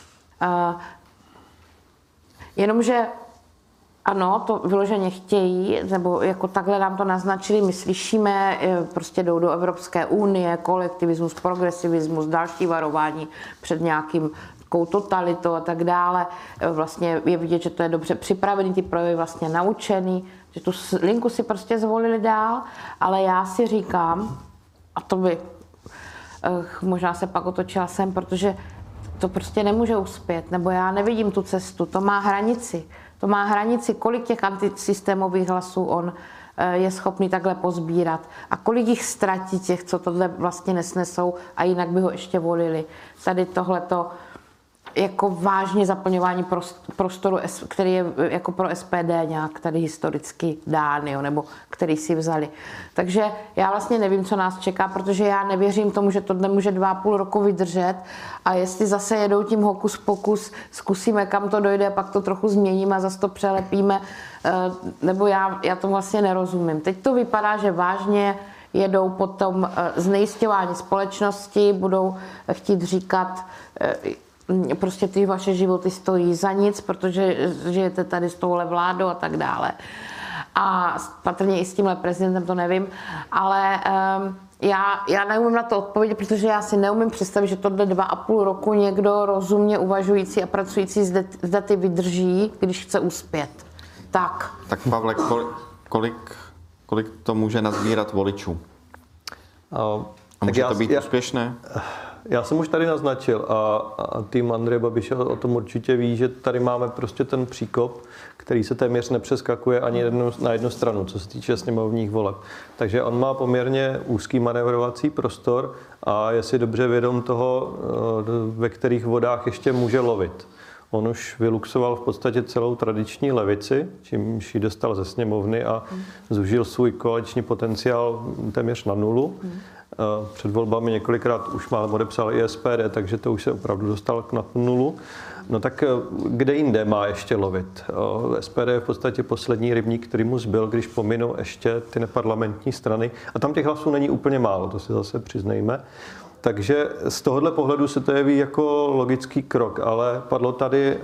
Speaker 3: Jenomže ano, to vyloženě chtějí, nebo jako takhle nám to naznačili, my slyšíme, prostě jdou do Evropské unie, kolektivismus, progresivismus, další varování před nějakým totalitou a tak dále. Vlastně je vidět, že to je dobře připravený, ty projevy vlastně naučený, že tu linku si prostě zvolili dál, ale já si říkám, a to by možná se pak otočila sem, protože to prostě nemůže uspět, nebo já nevidím tu cestu, to má hranici. To má hranici, kolik těch antisystémových hlasů on je schopný takhle pozbírat a kolik jich ztratí těch, co tohle vlastně nesnesou a jinak by ho ještě volili. Tady tohleto jako vážně zaplňování prostoru, který je jako pro SPD nějak tady historicky dán, jo, nebo který si vzali. Takže já vlastně nevím, co nás čeká, protože já nevěřím tomu, že tohle může 2,5 roku vydržet a jestli zase jedou tím hokus pokus, zkusíme, kam to dojde, pak to trochu změníme a zase to přelepíme, nebo já to vlastně nerozumím. Teď to vypadá, že vážně jedou potom znejisťování společnosti, budou chtít říkat, prostě ty vaše životy stojí za nic, protože žijete tady s touhle vládou a tak dále. A patrně i s tímhle prezidentem, to nevím, ale já neumím na to odpovědět, protože já si neumím představit, že tohle 2,5 roku někdo rozumně uvažující a pracující s daty vydrží, když chce uspět. Tak.
Speaker 2: Tak Pavle, kolik to může nazbírat voličů? A může to být úspěšné?
Speaker 4: Já jsem už tady naznačil a tým Andreje Babiše o tom určitě ví, že tady máme prostě ten příkop, který se téměř nepřeskakuje ani na jednu stranu, co se týče sněmovních voleb. Takže on má poměrně úzký manévrovací prostor a je si dobře vědom toho, ve kterých vodách ještě může lovit. On už vyluxoval v podstatě celou tradiční levici, čímž ji dostal ze sněmovny a zužil svůj koaliční potenciál téměř na nulu. Před volbami několikrát už málem odepsal i SPD, takže to už se opravdu dostal na nulu. No tak kde jinde má ještě lovit? SPD je v podstatě poslední rybník, který mu zbyl, když pominou ještě ty neparlamentní strany. A tam těch hlasů není úplně málo, to si zase přiznejme. Takže z tohohle pohledu se to jeví jako logický krok, ale padlo tady,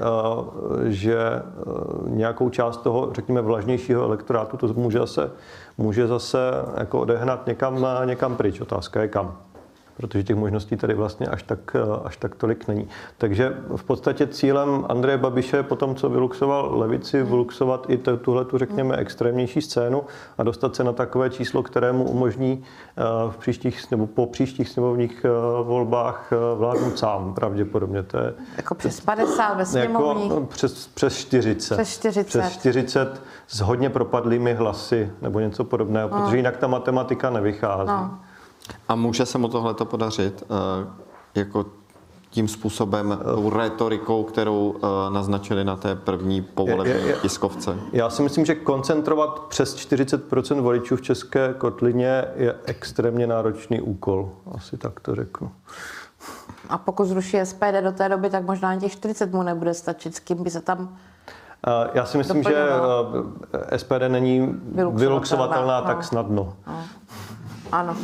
Speaker 4: že nějakou část toho, řekněme, vlažnějšího elektorátu to může zase jako odehnat někam pryč. Otázka je kam. Protože těch možností tady vlastně až tak tolik není. Takže v podstatě cílem Andreje Babiše po tom, co vyluxoval levici, vyluxovat i tuhletu, řekněme, extrémnější scénu a dostat se na takové číslo, které mu umožní v příštích nebo po příštích sněmovních volbách vládnout sám pravděpodobně. To je,
Speaker 3: jako přes 50 ve sněmovních?
Speaker 4: Jako přes 40. Přes 40 s hodně propadlými hlasy nebo něco podobného, protože jinak ta matematika nevychází. No.
Speaker 2: A může se mu tohleto podařit jako tím způsobem, tou retorikou, kterou naznačili na té první povolební tiskovce?
Speaker 4: Já si myslím, že koncentrovat přes 40% voličů v české kotlině je extrémně náročný úkol. Asi tak to řeknu.
Speaker 3: A pokud zruší SPD do té doby, tak možná ani těch 40 mu nebude stačit. S kým by se tam...
Speaker 4: Já si myslím, že SPD není vyluxovatelná tak snadno.
Speaker 3: Ano,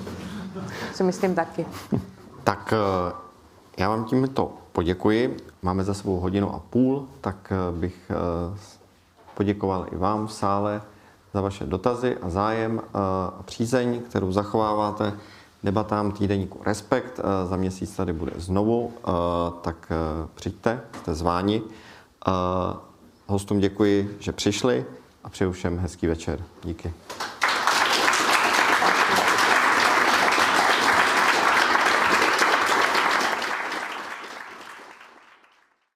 Speaker 3: si myslím taky.
Speaker 2: Tak já vám tímto poděkuji. Máme za sebou 1,5 hodiny, tak bych poděkoval i vám v sále za vaše dotazy a zájem a přízeň, kterou zachováváte debatám týdeníku Respekt. Za měsíc tady bude znovu, tak přijďte, jste zváni. Hostům děkuji, že přišli a přeju všem hezký večer. Díky.